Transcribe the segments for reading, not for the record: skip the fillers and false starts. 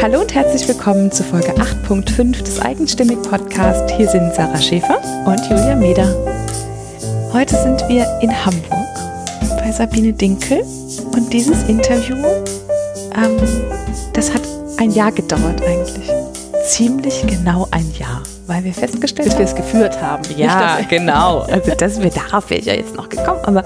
Hallo und herzlich willkommen zu Folge 8.5 des Eigenstimmig Podcast. Hier sind Sarah Schäfer und Julia Meder. Heute sind wir in Hamburg bei Sabine Dinkel und dieses Interview, das hat ein Jahr gedauert eigentlich. Ziemlich genau ein Jahr, weil wir festgestellt haben, bis wir es geführt haben. Ja, genau. Also darauf wäre ich ja jetzt noch gekommen, aber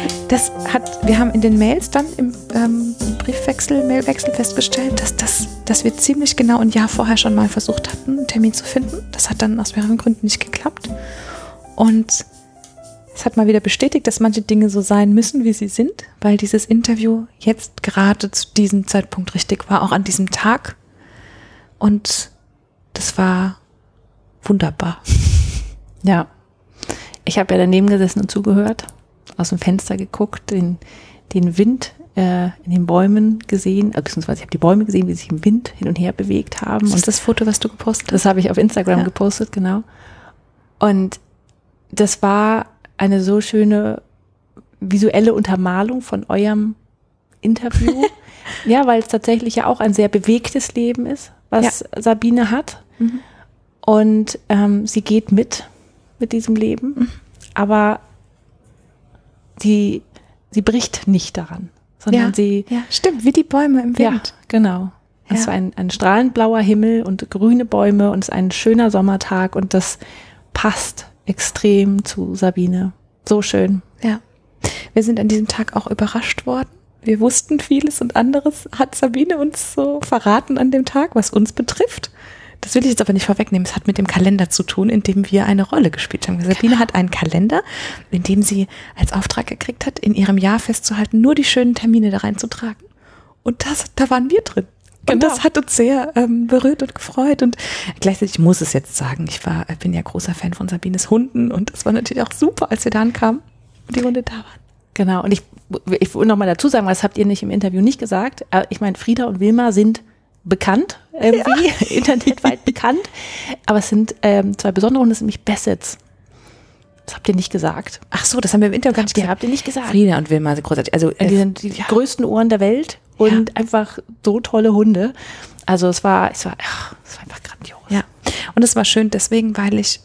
wir haben in den Mails dann im Mailwechsel festgestellt, dass wir ziemlich genau ein Jahr vorher schon mal versucht hatten, einen Termin zu finden. Das hat dann aus mehreren Gründen nicht geklappt. Und es hat mal wieder bestätigt, dass manche Dinge so sein müssen, wie sie sind, weil dieses Interview jetzt gerade zu diesem Zeitpunkt richtig war, auch an diesem Tag. Und das war wunderbar. Ja, ich habe ja daneben gesessen und zugehört, aus dem Fenster geguckt, den Wind in den Bäumen gesehen, beziehungsweise ich habe die Bäume gesehen, wie sich im Wind hin und her bewegt haben. Das ist das Foto, was du gepostet hast? Das habe ich auf Instagram gepostet, genau. Und das war eine so schöne visuelle Untermalung von eurem Interview. Ja, weil es tatsächlich ja auch ein sehr bewegtes Leben ist, was Sabine hat. Mhm. Und sie geht mit diesem Leben, aber sie bricht nicht daran, sondern sie... Ja, stimmt, wie die Bäume im Wind. Ja, genau. Ja. Es war ein strahlend blauer Himmel und grüne Bäume und es ist ein schöner Sommertag und das passt extrem zu Sabine. So schön. Ja. Wir sind an diesem Tag auch überrascht worden. Wir wussten vieles und anderes hat Sabine uns so verraten an dem Tag, was uns betrifft. Das will ich jetzt aber nicht vorwegnehmen. Es hat mit dem Kalender zu tun, in dem wir eine Rolle gespielt haben. Sabine hat einen Kalender, in dem sie als Auftrag gekriegt hat, in ihrem Jahr festzuhalten, nur die schönen Termine da reinzutragen. Und da waren wir drin. Und das hat uns sehr berührt und gefreut. Und gleichzeitig, ich muss es jetzt sagen, ich bin ja großer Fan von Sabines Hunden. Und es war natürlich auch super, als wir da ankamen und die Hunde da waren. Genau. Und ich will noch mal dazu sagen, das habt ihr nicht im Interview nicht gesagt. Ich meine, Frieda und Wilma sind bekannt, internetweit bekannt. Aber es sind zwei besondere Hunde, das sind nämlich Bassets. Das habt ihr nicht gesagt. Ach so, das haben wir im Interview gar nicht gesagt. Habt ihr nicht gesagt. Frieda und Wilma sind großartig. Also die sind die größten Ohren der Welt und einfach so tolle Hunde. Also es war einfach grandios. Ja. Und es war schön deswegen, weil ich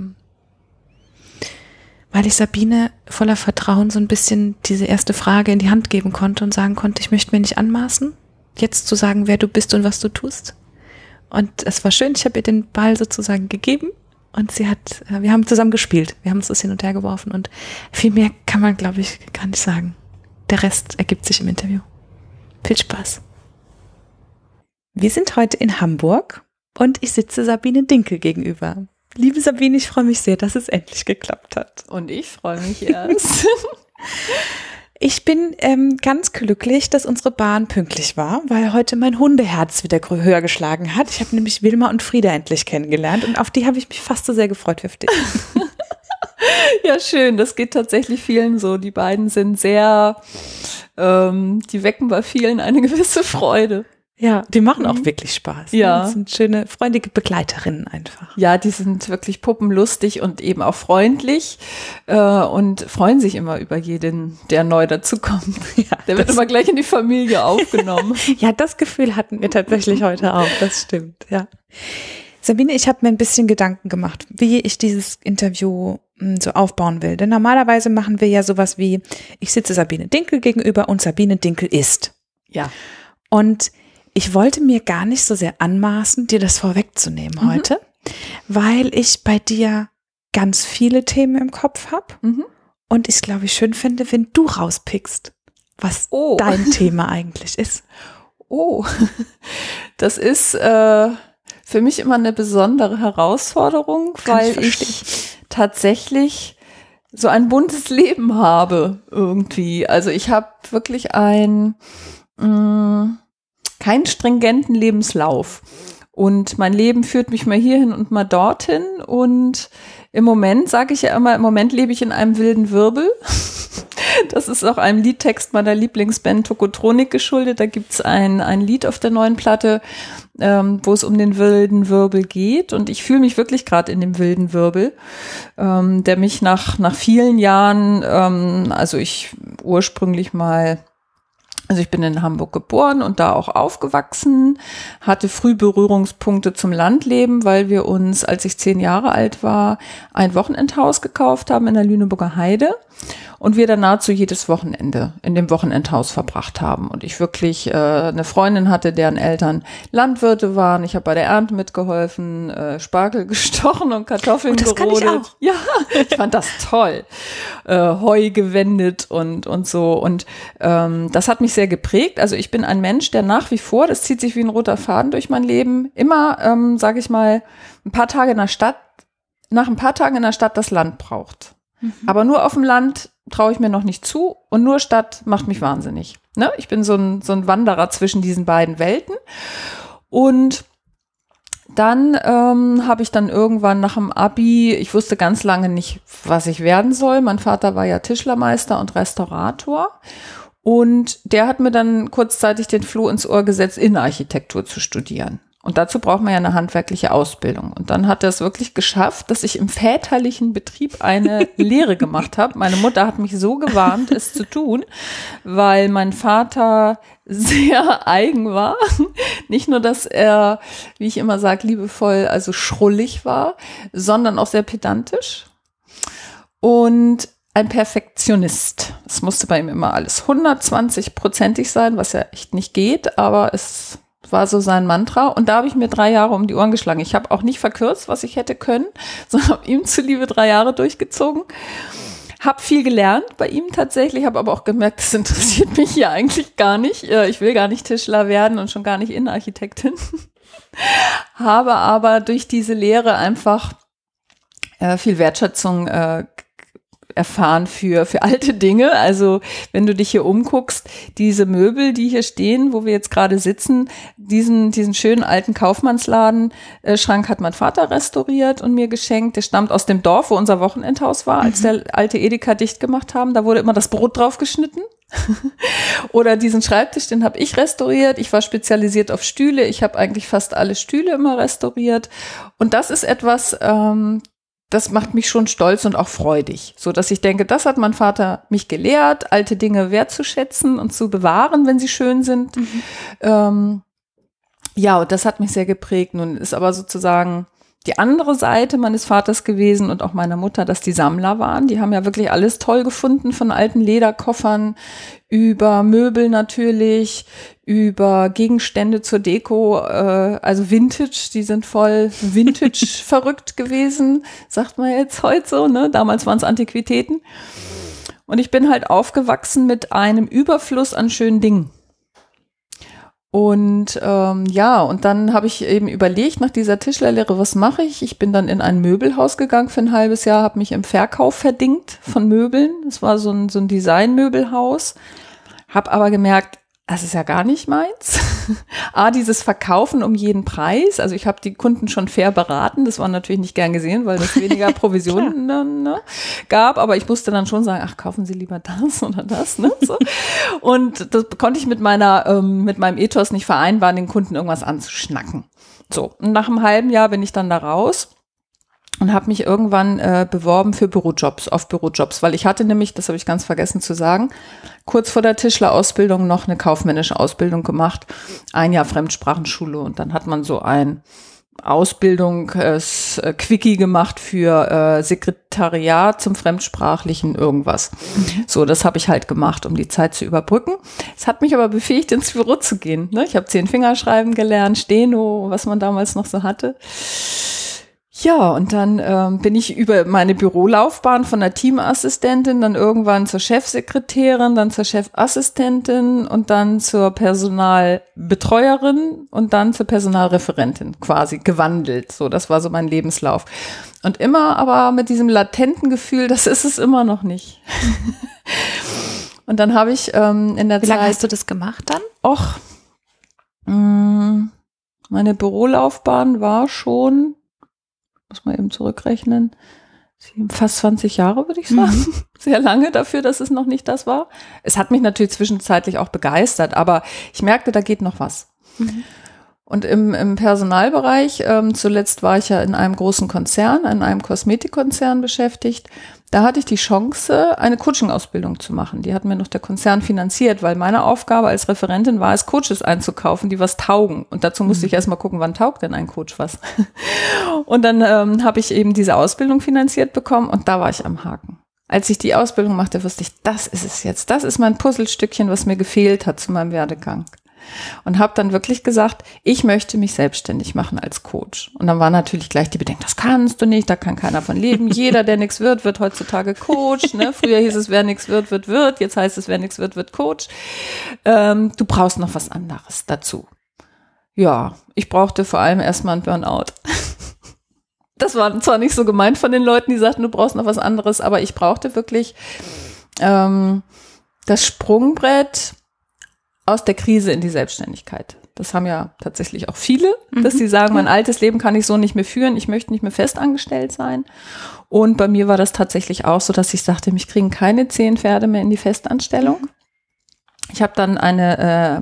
Sabine voller Vertrauen so ein bisschen diese erste Frage in die Hand geben konnte und sagen konnte, ich möchte mir nicht anmaßen, jetzt zu sagen, wer du bist und was du tust. Und es war schön, ich habe ihr den Ball sozusagen gegeben und wir haben zusammen gespielt. Wir haben uns das hin und her geworfen und viel mehr kann man, glaube ich, gar nicht sagen. Der Rest ergibt sich im Interview. Viel Spaß. Wir sind heute in Hamburg und ich sitze Sabine Dinkel gegenüber. Liebe Sabine, ich freue mich sehr, dass es endlich geklappt hat. Und ich freue mich erst. Ich bin ganz glücklich, dass unsere Bahn pünktlich war, weil heute mein Hundeherz wieder höher geschlagen hat. Ich habe nämlich Wilma und Frieda endlich kennengelernt und auf die habe ich mich fast so sehr gefreut wie auf dich. Ja, schön. Das geht tatsächlich vielen so. Die beiden sind sehr, die wecken bei vielen eine gewisse Freude. Ja, die machen auch wirklich Spaß. Ja. Das sind schöne, freundliche Begleiterinnen einfach. Ja, die sind wirklich puppenlustig und eben auch freundlich und freuen sich immer über jeden, der neu dazukommt. Ja, der wird immer gleich in die Familie aufgenommen. Ja, das Gefühl hatten wir tatsächlich heute auch. Das stimmt, ja. Sabine, ich habe mir ein bisschen Gedanken gemacht, wie ich dieses Interview so aufbauen will. Denn normalerweise machen wir ja sowas wie, ich sitze Sabine Dinkel gegenüber und Sabine Dinkel ist. Ja. Und ich wollte mir gar nicht so sehr anmaßen, dir das vorwegzunehmen heute, weil ich bei dir ganz viele Themen im Kopf habe und ich es, glaube ich, schön finde, wenn du rauspickst, was dein Thema eigentlich ist. Oh, das ist für mich immer eine besondere Herausforderung, weil ich tatsächlich so ein buntes Leben habe irgendwie. Also ich habe wirklich keinen stringenten Lebenslauf. Und mein Leben führt mich mal hierhin und mal dorthin. Und im Moment, sage ich ja immer, im Moment lebe ich in einem wilden Wirbel. Das ist auch einem Liedtext meiner Lieblingsband Tokotronik geschuldet. Da gibt's ein Lied auf der neuen Platte, wo es um den wilden Wirbel geht. Und ich fühle mich wirklich gerade in dem wilden Wirbel, der mich nach vielen Jahren, also ich ursprünglich mal Also ich bin in Hamburg geboren und da auch aufgewachsen, hatte früh Berührungspunkte zum Landleben, weil wir uns, als ich 10 Jahre alt war, ein Wochenendhaus gekauft haben in der Lüneburger Heide und wir dann nahezu jedes Wochenende in dem Wochenendhaus verbracht haben. Und ich wirklich eine Freundin hatte, deren Eltern Landwirte waren. Ich habe bei der Ernte mitgeholfen, Spargel gestochen und Kartoffeln gerodet. Kann ich auch. Ja, ich fand das toll. Heu gewendet und so. Und das hat mich sehr geprägt. Also ich bin ein Mensch, der nach wie vor, das zieht sich wie ein roter Faden durch mein Leben, immer, sage ich mal, nach ein paar Tagen in der Stadt das Land braucht. Aber nur auf dem Land traue ich mir noch nicht zu und nur Stadt macht mich wahnsinnig. Ne? Ich bin so ein Wanderer zwischen diesen beiden Welten. Und dann habe ich dann irgendwann nach dem Abi, ich wusste ganz lange nicht, was ich werden soll. Mein Vater war ja Tischlermeister und Restaurator. Und der hat mir dann kurzzeitig den Floh ins Ohr gesetzt, Innenarchitektur zu studieren. Und dazu braucht man ja eine handwerkliche Ausbildung. Und dann hat er es wirklich geschafft, dass ich im väterlichen Betrieb eine Lehre gemacht habe. Meine Mutter hat mich so gewarnt, es zu tun, weil mein Vater sehr eigen war. Nicht nur, dass er, wie ich immer sage, liebevoll, also schrullig war, sondern auch sehr pedantisch. Und ein Perfektionist. Es musste bei ihm immer alles 120%ig sein, was ja echt nicht geht, aber es war so sein Mantra. Und da habe ich mir 3 Jahre um die Ohren geschlagen. Ich habe auch nicht verkürzt, was ich hätte können, sondern habe ihm zuliebe 3 Jahre durchgezogen. Habe viel gelernt bei ihm tatsächlich, habe aber auch gemerkt, das interessiert mich hier eigentlich gar nicht. Ich will gar nicht Tischler werden und schon gar nicht Innenarchitektin. Habe aber durch diese Lehre einfach viel Wertschätzung erfahren für alte Dinge. Also wenn du dich hier umguckst, diese Möbel, die hier stehen, wo wir jetzt gerade sitzen, diesen schönen alten Kaufmannsladen-Schrank hat mein Vater restauriert und mir geschenkt. Der stammt aus dem Dorf, wo unser Wochenendhaus war, als der alte Edeka dicht gemacht haben. Da wurde immer das Brot drauf geschnitten. Oder diesen Schreibtisch, den habe ich restauriert. Ich war spezialisiert auf Stühle. Ich habe eigentlich fast alle Stühle immer restauriert. Und das ist etwas, das macht mich schon stolz und auch freudig, so dass ich denke, das hat mein Vater mich gelehrt, alte Dinge wertzuschätzen und zu bewahren, wenn sie schön sind. Ja, und das hat mich sehr geprägt. Nun ist aber sozusagen die andere Seite meines Vaters gewesen und auch meiner Mutter, dass die Sammler waren. Die haben ja wirklich alles toll gefunden, von alten Lederkoffern über Möbel natürlich, über Gegenstände zur Deko, also Vintage, die sind voll Vintage verrückt gewesen, sagt man jetzt heute so, ne? Damals waren es Antiquitäten. Und ich bin halt aufgewachsen mit einem Überfluss an schönen Dingen. Und und dann habe ich eben überlegt nach dieser Tischlerlehre, was mache ich? Ich bin dann in ein Möbelhaus gegangen für ein halbes Jahr, habe mich im Verkauf verdingt von Möbeln. Das war so ein Designmöbelhaus. Habe aber gemerkt, das ist ja gar nicht meins. Dieses Verkaufen um jeden Preis. Also ich habe die Kunden schon fair beraten. Das war natürlich nicht gern gesehen, weil es weniger Provisionen gab. Aber ich musste dann schon sagen, ach, kaufen Sie lieber das oder das. Ne? So. Und das konnte ich mit meinem Ethos nicht vereinbaren, den Kunden irgendwas anzuschnacken. So, und nach einem halben Jahr bin ich dann da raus und habe mich irgendwann beworben für Bürojobs, weil ich hatte nämlich, das habe ich ganz vergessen zu sagen, kurz vor der Tischlerausbildung noch eine kaufmännische Ausbildung gemacht, 1 Jahr Fremdsprachenschule und dann hat man so ein Quickie gemacht für Sekretariat zum fremdsprachlichen irgendwas. So, das habe ich halt gemacht, um die Zeit zu überbrücken. Es hat mich aber befähigt, ins Büro zu gehen. Ne? Ich habe 10 Fingerschreiben gelernt, Steno, was man damals noch so hatte. Ja, und dann bin ich über meine Bürolaufbahn von der Teamassistentin dann irgendwann zur Chefsekretärin, dann zur Chefassistentin und dann zur Personalbetreuerin und dann zur Personalreferentin quasi gewandelt. So, das war so mein Lebenslauf. Und immer aber mit diesem latenten Gefühl, das ist es immer noch nicht. Und dann habe ich in der Zeit... Wie lange hast du das gemacht dann? Meine Bürolaufbahn war schon... muss man eben zurückrechnen, fast 20 Jahre, würde ich sagen. Sehr lange dafür, dass es noch nicht das war. Es hat mich natürlich zwischenzeitlich auch begeistert, aber ich merkte, da geht noch was. Und im Personalbereich, zuletzt war ich ja in einem großen Konzern, in einem Kosmetikkonzern beschäftigt. Da hatte ich die Chance, eine Coaching-Ausbildung zu machen. Die hat mir noch der Konzern finanziert, weil meine Aufgabe als Referentin war es, Coaches einzukaufen, die was taugen. Und dazu musste ich erstmal gucken, wann taugt denn ein Coach was. Und dann habe ich eben diese Ausbildung finanziert bekommen und da war ich am Haken. Als ich die Ausbildung machte, wusste ich, das ist es jetzt. Das ist mein Puzzlestückchen, was mir gefehlt hat zu meinem Werdegang. Und habe dann wirklich gesagt, ich möchte mich selbstständig machen als Coach. Und dann war natürlich gleich die Bedenken, das kannst du nicht, da kann keiner von leben. Jeder, der nichts wird, wird heutzutage Coach. Ne? Früher hieß es, wer nichts wird, wird, wird. Jetzt heißt es, wer nichts wird, wird Coach. Du brauchst noch was anderes dazu. Ja, ich brauchte vor allem erstmal einen Burnout. Das war zwar nicht so gemeint von den Leuten, die sagten, du brauchst noch was anderes, aber ich brauchte wirklich das Sprungbrett aus der Krise in die Selbstständigkeit. Das haben ja tatsächlich auch viele, dass sie sagen, mein altes Leben kann ich so nicht mehr führen, ich möchte nicht mehr festangestellt sein. Und bei mir war das tatsächlich auch so, dass ich sagte, mich kriegen keine 10 Pferde mehr in die Festanstellung. Ich habe dann eine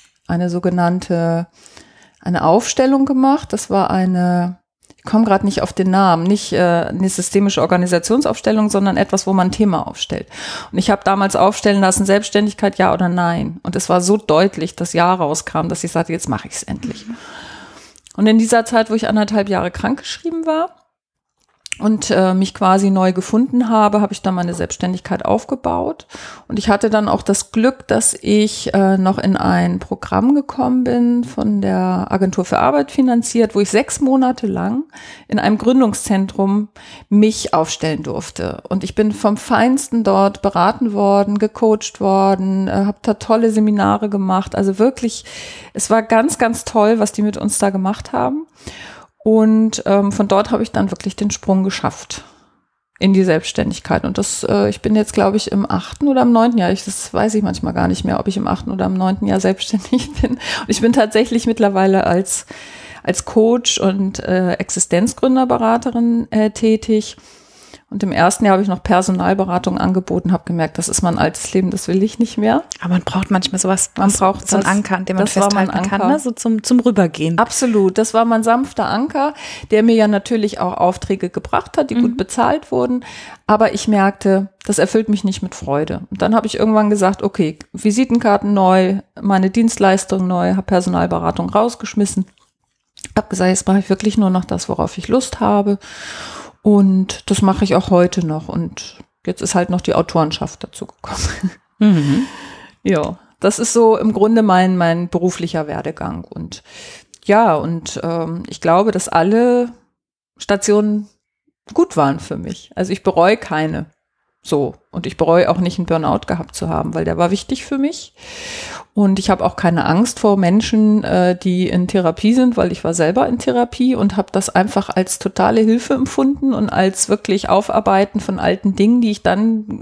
sogenannte, eine Aufstellung gemacht. Das war ich komme gerade nicht auf den Namen, nicht eine systemische Organisationsaufstellung, sondern etwas, wo man ein Thema aufstellt. Und ich habe damals aufstellen lassen, Selbstständigkeit, ja oder nein. Und es war so deutlich, dass Ja rauskam, dass ich sagte, jetzt mache ich es endlich. Und in dieser Zeit, wo ich 1,5 Jahre krankgeschrieben war und mich quasi neu gefunden habe, habe ich dann meine Selbstständigkeit aufgebaut. Und ich hatte dann auch das Glück, dass ich noch in ein Programm gekommen bin, von der Agentur für Arbeit finanziert, wo ich 6 Monate lang in einem Gründungszentrum mich aufstellen durfte. Und ich bin vom Feinsten dort beraten worden, gecoacht worden, habe da tolle Seminare gemacht. Also wirklich, es war ganz, ganz toll, was die mit uns da gemacht haben. Und von dort habe ich dann wirklich den Sprung geschafft in die Selbstständigkeit. Und ich bin jetzt, glaube ich, im 8. oder im 9. Jahr. Das weiß ich manchmal gar nicht mehr, ob ich im 8. oder im 9. Jahr selbstständig bin. Und ich bin tatsächlich mittlerweile als Coach und Existenzgründerberaterin tätig. Und im 1. Jahr habe ich noch Personalberatung angeboten, habe gemerkt, das ist mein altes Leben, das will ich nicht mehr. Aber man braucht manchmal sowas, man braucht so einen Anker, an dem man festhalten kann, ne? So zum Rübergehen. Absolut, das war mein sanfter Anker, der mir ja natürlich auch Aufträge gebracht hat, die gut bezahlt wurden. Aber ich merkte, das erfüllt mich nicht mit Freude. Und dann habe ich irgendwann gesagt, okay, Visitenkarten neu, meine Dienstleistung neu, habe Personalberatung rausgeschmissen. Habe gesagt, jetzt mache ich wirklich nur noch das, worauf ich Lust habe. Und das mache ich auch heute noch. Und jetzt ist halt noch die Autorenschaft dazu gekommen. Ja, das ist so im Grunde mein beruflicher Werdegang. Und ja, ich glaube, dass alle Stationen gut waren für mich. Also ich bereue keine. So. Und ich bereue auch nicht, einen Burnout gehabt zu haben, weil der war wichtig für mich. Und ich habe auch keine Angst vor Menschen, die in Therapie sind, weil ich war selber in Therapie und habe das einfach als totale Hilfe empfunden und als wirklich Aufarbeiten von alten Dingen, die ich dann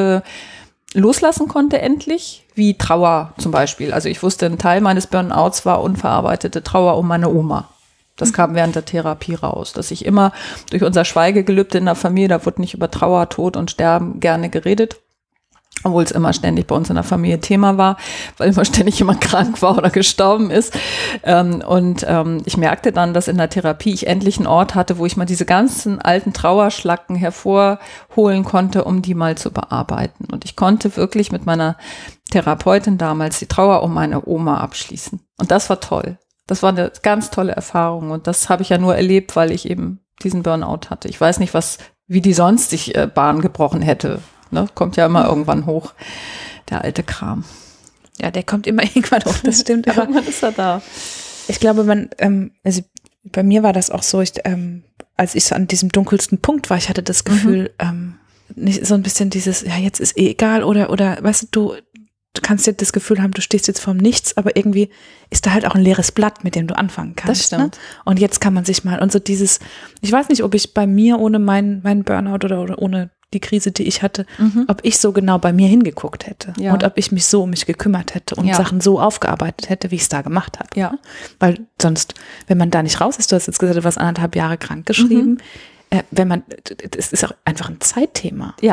loslassen konnte endlich, wie Trauer zum Beispiel. Also ich wusste, ein Teil meines Burnouts war unverarbeitete Trauer um meine Oma. Das kam während der Therapie raus, dass ich immer durch unser Schweigegelübde in der Familie, da wurde nicht über Trauer, Tod und Sterben gerne geredet, obwohl es immer ständig bei uns in der Familie Thema war, weil immer ständig jemand krank war oder gestorben ist. Ich merkte dann, dass in der Therapie ich endlich einen Ort hatte, wo ich mal diese ganzen alten Trauerschlacken hervorholen konnte, um die mal zu bearbeiten. Und ich konnte wirklich mit meiner Therapeutin damals die Trauer um meine Oma abschließen. Und das war toll. Das war eine ganz tolle Erfahrung und das habe ich ja nur erlebt, weil ich eben diesen Burnout hatte. Ich weiß nicht, wie die sonst sich Bahn gebrochen hätte. Ne? Kommt ja immer irgendwann hoch, der alte Kram. Ja, der kommt immer irgendwann hoch, das stimmt. Aber irgendwann ist er da. Ich glaube, also bei mir war das auch so, als ich so an diesem dunkelsten Punkt war, ich hatte das Gefühl, nicht so ein bisschen dieses, ja, jetzt ist eh egal oder weißt du kannst dir das Gefühl haben, du stehst jetzt vorm Nichts, aber irgendwie ist da halt auch ein leeres Blatt, mit dem du anfangen kannst. Das stimmt. Ne? Und jetzt kann man sich mal, und so dieses, ich weiß nicht, ob ich bei mir ohne meinen Burnout oder ohne die Krise, die ich hatte, ob ich so genau bei mir hingeguckt hätte und ob ich mich so um mich gekümmert hätte und Sachen so aufgearbeitet hätte, wie ich es da gemacht habe. Ja. Weil sonst, wenn man da nicht raus ist, du hast jetzt gesagt, du warst 1,5 Jahre krank geschrieben, es ist auch einfach ein Zeitthema. Ja.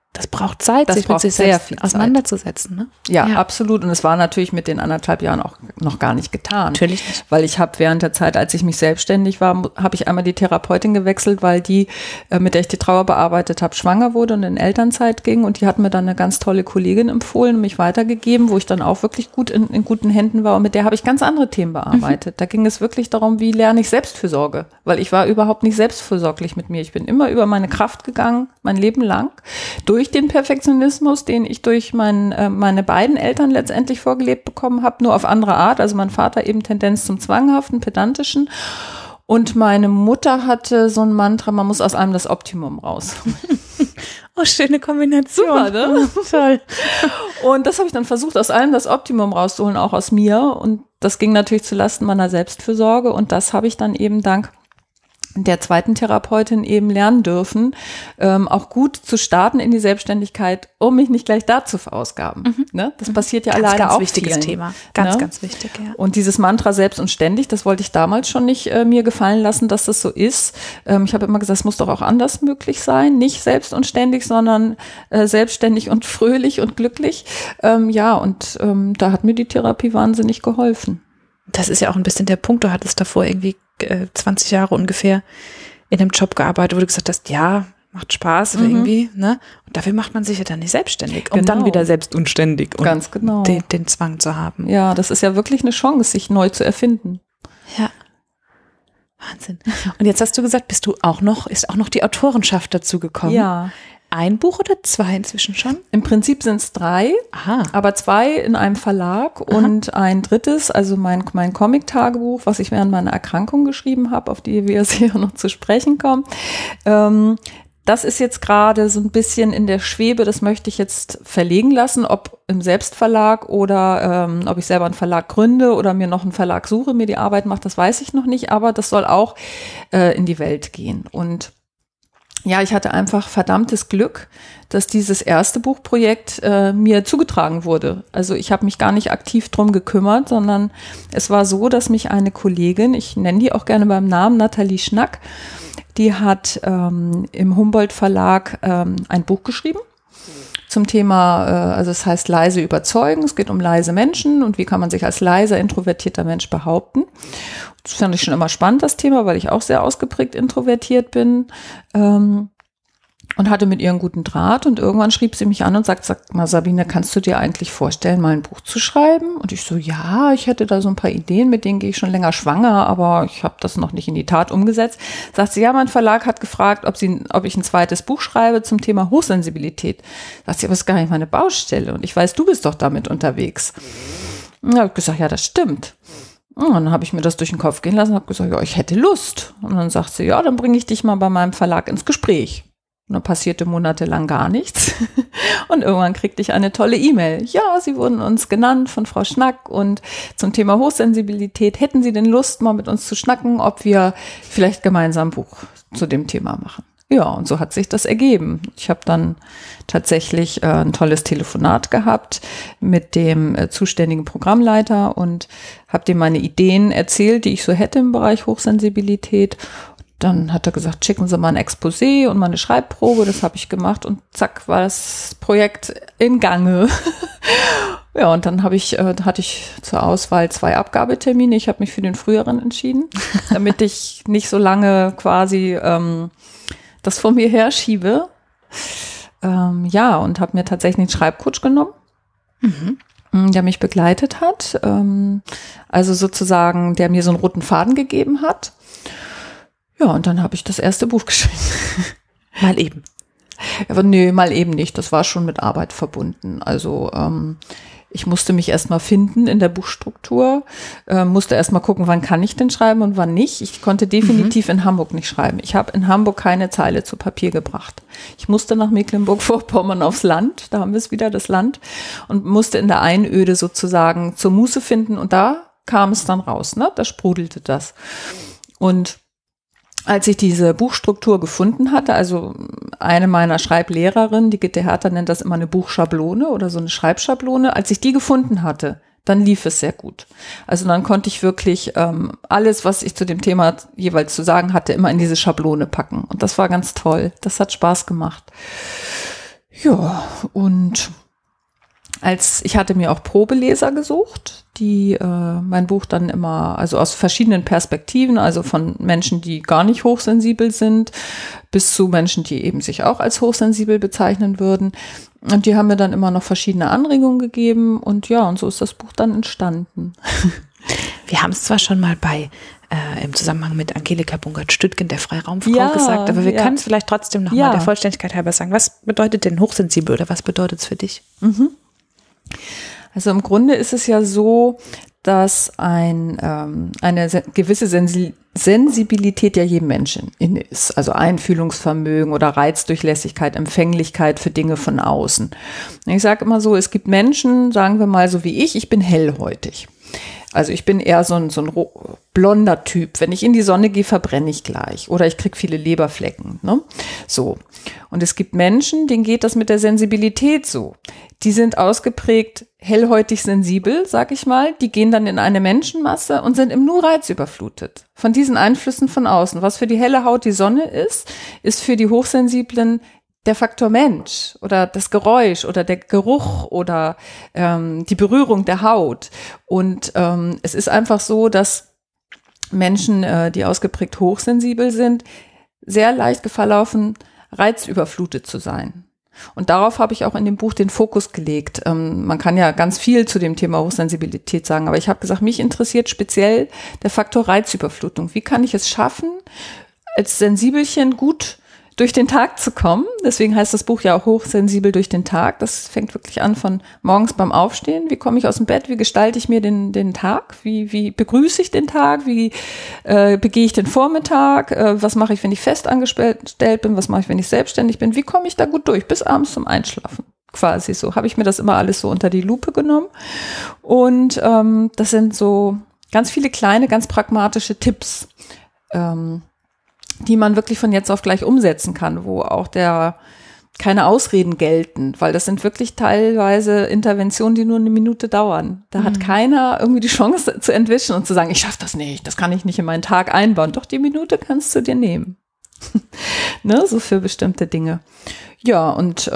Das braucht Zeit, Das sich mit braucht sich sehr selbst viel Zeit. auseinanderzusetzen. Ne? Ja, absolut. Und es war natürlich mit den 1,5 Jahren auch noch gar nicht getan. Natürlich nicht. Weil ich habe während der Zeit, als ich mich selbstständig war, habe ich einmal die Therapeutin gewechselt, weil die, mit der ich die Trauer bearbeitet habe, schwanger wurde und in Elternzeit ging. Und die hat mir dann eine ganz tolle Kollegin empfohlen und mich weitergegeben, wo ich dann auch wirklich gut in guten Händen war. Und mit der habe ich ganz andere Themen bearbeitet. Da ging es wirklich darum, wie lerne ich Selbstfürsorge. Weil ich war überhaupt nicht selbstfürsorglich mit mir. Ich bin immer über meine Kraft gegangen, mein Leben lang, durch den Perfektionismus, den ich durch meine beiden Eltern letztendlich vorgelebt bekommen habe, nur auf andere Art. Also mein Vater eben Tendenz zum Zwanghaften, Pedantischen. Und meine Mutter hatte so ein Mantra, man muss aus allem das Optimum raus. Oh, schöne Kombination. Super, ne? Toll. Und das habe ich dann versucht, aus allem das Optimum rauszuholen, auch aus mir. Und das ging natürlich zulasten meiner Selbstfürsorge. Und das habe ich dann eben dank der zweiten Therapeutin eben lernen dürfen, auch gut zu starten in die Selbstständigkeit, um mich nicht gleich da zu verausgaben. Ne? Das passiert ja alleine ganz auch wichtiges vielen, Thema. Ganz, ne? ganz wichtig, ja. Und dieses Mantra selbst und ständig, das wollte ich damals schon nicht mir gefallen lassen, dass das so ist. Ich habe immer gesagt, es muss doch auch anders möglich sein. Nicht selbst und ständig, sondern selbstständig und fröhlich und glücklich. Da hat mir die Therapie wahnsinnig geholfen. Das ist ja auch ein bisschen der Punkt. Du hattest davor irgendwie 20 Jahre ungefähr in einem Job gearbeitet, wo du gesagt hast, ja, macht Spaß irgendwie, ne? Und dafür macht man sich ja dann nicht selbstständig, um dann wieder selbst unständig und ganz genau den Zwang zu haben. Ja, das ist ja wirklich eine Chance, sich neu zu erfinden. Ja. Wahnsinn. Und jetzt hast du gesagt, ist auch noch die Autorenschaft dazu gekommen? Ja. Ein Buch oder 2 inzwischen schon? Im Prinzip sind es 3, aber 2 in einem Verlag und ein drittes, also mein Comic-Tagebuch, was ich während meiner Erkrankung geschrieben habe, auf die wir sicher noch zu sprechen kommen. Das ist jetzt gerade so ein bisschen in der Schwebe, das möchte ich jetzt verlegen lassen, ob im Selbstverlag oder ob ich selber einen Verlag gründe oder mir noch einen Verlag suche, mir die Arbeit macht, das weiß ich noch nicht, aber das soll auch in die Welt gehen. Und ja, ich hatte einfach verdammtes Glück, dass dieses erste Buchprojekt mir zugetragen wurde. Also ich habe mich gar nicht aktiv drum gekümmert, sondern es war so, dass mich eine Kollegin, ich nenne die auch gerne beim Namen, Nathalie Schnack, die hat im Humboldt Verlag ein Buch geschrieben zum Thema, also es heißt leise überzeugen, es geht um leise Menschen und wie kann man sich als leiser, introvertierter Mensch behaupten. Das fand ich schon immer spannend, das Thema, weil ich auch sehr ausgeprägt introvertiert bin und hatte mit ihr einen guten Draht und irgendwann schrieb sie mich an und sagt mal, Sabine, kannst du dir eigentlich vorstellen, mal ein Buch zu schreiben? Und ich so, ja, ich hätte da so ein paar Ideen, mit denen gehe ich schon länger schwanger, aber ich habe das noch nicht in die Tat umgesetzt. Sagt sie, ja, mein Verlag hat gefragt, ob ich ein zweites Buch schreibe zum Thema Hochsensibilität. Sagt sie, aber das ist gar nicht meine Baustelle und ich weiß, du bist doch damit unterwegs. Und da habe ich gesagt, ja, das stimmt. Und dann habe ich mir das durch den Kopf gehen lassen und habe gesagt, ja, ich hätte Lust. Und dann sagt sie, ja, dann bringe ich dich mal bei meinem Verlag ins Gespräch. Und dann passierte monatelang gar nichts. Und irgendwann kriegte ich eine tolle E-Mail. Ja, Sie wurden uns genannt von Frau Schnack und zum Thema Hochsensibilität. Hätten Sie denn Lust, mal mit uns zu schnacken, ob wir vielleicht gemeinsam ein Buch zu dem Thema machen? Ja, und so hat sich das ergeben. Ich habe dann tatsächlich ein tolles Telefonat gehabt mit dem zuständigen Programmleiter und habe dem meine Ideen erzählt, die ich so hätte im Bereich Hochsensibilität. Dann hat er gesagt, schicken Sie mal ein Exposé und mal eine Schreibprobe. Das habe ich gemacht und zack, war das Projekt in Gange. Ja, und dann hatte ich zur Auswahl 2 Abgabetermine. Ich habe mich für den früheren entschieden, damit ich nicht so lange quasi das vor mir herschiebe. Und habe mir tatsächlich einen Schreibcoach genommen, der mich begleitet hat. Also sozusagen, der mir so einen roten Faden gegeben hat. Ja, und dann habe ich das erste Buch geschrieben. Mal eben. Aber nee, mal eben nicht. Das war schon mit Arbeit verbunden. Also ich musste mich erstmal finden in der Buchstruktur, musste erstmal gucken, wann kann ich denn schreiben und wann nicht. Ich konnte definitiv in Hamburg nicht schreiben. Ich habe in Hamburg keine Zeile zu Papier gebracht. Ich musste nach Mecklenburg-Vorpommern aufs Land, da haben wir es wieder, das Land, und musste in der Einöde sozusagen zur Muße finden und da kam es dann raus, ne? Da sprudelte das. Und als ich diese Buchstruktur gefunden hatte, also eine meiner Schreiblehrerinnen, die Gitte Hertha nennt das immer eine Buchschablone oder so eine Schreibschablone, als ich die gefunden hatte, dann lief es sehr gut. Also dann konnte ich wirklich alles, was ich zu dem Thema jeweils zu sagen hatte, immer in diese Schablone packen. Und das war ganz toll. Das hat Spaß gemacht. Ja, und ich hatte mir auch Probeleser gesucht, die mein Buch dann immer, also aus verschiedenen Perspektiven, also von Menschen, die gar nicht hochsensibel sind, bis zu Menschen, die eben sich auch als hochsensibel bezeichnen würden. Und die haben mir dann immer noch verschiedene Anregungen gegeben und ja, und so ist das Buch dann entstanden. Wir haben es zwar schon mal im Zusammenhang mit Angelika Bungert-Stüttgen, der Freiraumfrau, gesagt, aber wir können es vielleicht trotzdem noch mal der Vollständigkeit halber sagen. Was bedeutet denn hochsensibel oder was bedeutet es für dich? Also im Grunde ist es ja so, dass eine gewisse Sensibilität ja jedem Menschen inne ist. Also Einfühlungsvermögen oder Reizdurchlässigkeit, Empfänglichkeit für Dinge von außen. Ich sage immer so, es gibt Menschen, sagen wir mal so wie ich bin hellhäutig. Also ich bin eher so ein blonder Typ. Wenn ich in die Sonne gehe, verbrenne ich gleich. Oder ich kriege viele Leberflecken. Ne? So. Und es gibt Menschen, denen geht das mit der Sensibilität so. Die sind ausgeprägt hellhäutig sensibel, sag ich mal. Die gehen dann in eine Menschenmasse und sind im nur reizüberflutet. Von diesen Einflüssen von außen. Was für die helle Haut die Sonne ist für die Hochsensiblen der Faktor Mensch oder das Geräusch oder der Geruch oder die Berührung der Haut. Und es ist einfach so, dass Menschen, die ausgeprägt hochsensibel sind, sehr leicht Gefahr laufen, reizüberflutet zu sein. Und darauf habe ich auch in dem Buch den Fokus gelegt. Man kann ja ganz viel zu dem Thema Hochsensibilität sagen, aber ich habe gesagt, mich interessiert speziell der Faktor Reizüberflutung. Wie kann ich es schaffen, als Sensibelchen gut durch den Tag zu kommen? Deswegen heißt das Buch ja auch Hochsensibel durch den Tag. Das fängt wirklich an von morgens beim Aufstehen. Wie komme ich aus dem Bett? Wie gestalte ich mir den Tag? Wie begrüße ich den Tag? Wie begehe ich den Vormittag? Was mache ich, wenn ich fest angestellt bin? Was mache ich, wenn ich selbstständig bin? Wie komme ich da gut durch? Bis abends zum Einschlafen. Quasi so. Habe ich mir das immer alles so unter die Lupe genommen. Und das sind so ganz viele kleine, ganz pragmatische Tipps, die man wirklich von jetzt auf gleich umsetzen kann, wo auch keine Ausreden gelten, weil das sind wirklich teilweise Interventionen, die nur eine Minute dauern. Da hat keiner irgendwie die Chance zu entwischen und zu sagen, ich schaffe das nicht, das kann ich nicht in meinen Tag einbauen. Doch, die Minute kannst du dir nehmen. Ne, so für bestimmte Dinge. Ja, und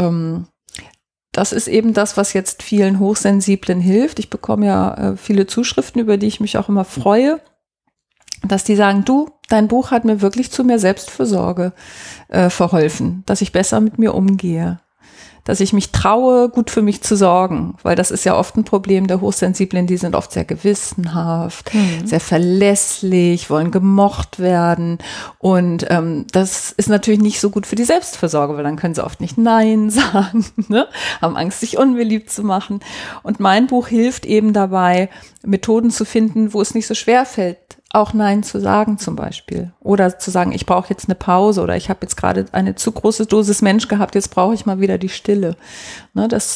das ist eben das, was jetzt vielen Hochsensiblen hilft. Ich bekomme ja viele Zuschriften, über die ich mich auch immer freue, dass die sagen, du, dein Buch hat mir wirklich zu mehr Selbstfürsorge verholfen, dass ich besser mit mir umgehe, dass ich mich traue, gut für mich zu sorgen, weil das ist ja oft ein Problem der Hochsensiblen, die sind oft sehr gewissenhaft, sehr verlässlich, wollen gemocht werden und das ist natürlich nicht so gut für die Selbstfürsorge, weil dann können sie oft nicht Nein sagen, ne? Haben Angst, sich unbeliebt zu machen und mein Buch hilft eben dabei, Methoden zu finden, wo es nicht so schwer fällt, auch Nein zu sagen zum Beispiel. Oder zu sagen, ich brauche jetzt eine Pause oder ich habe jetzt gerade eine zu große Dosis Mensch gehabt, jetzt brauche ich mal wieder die Stille. Ne, das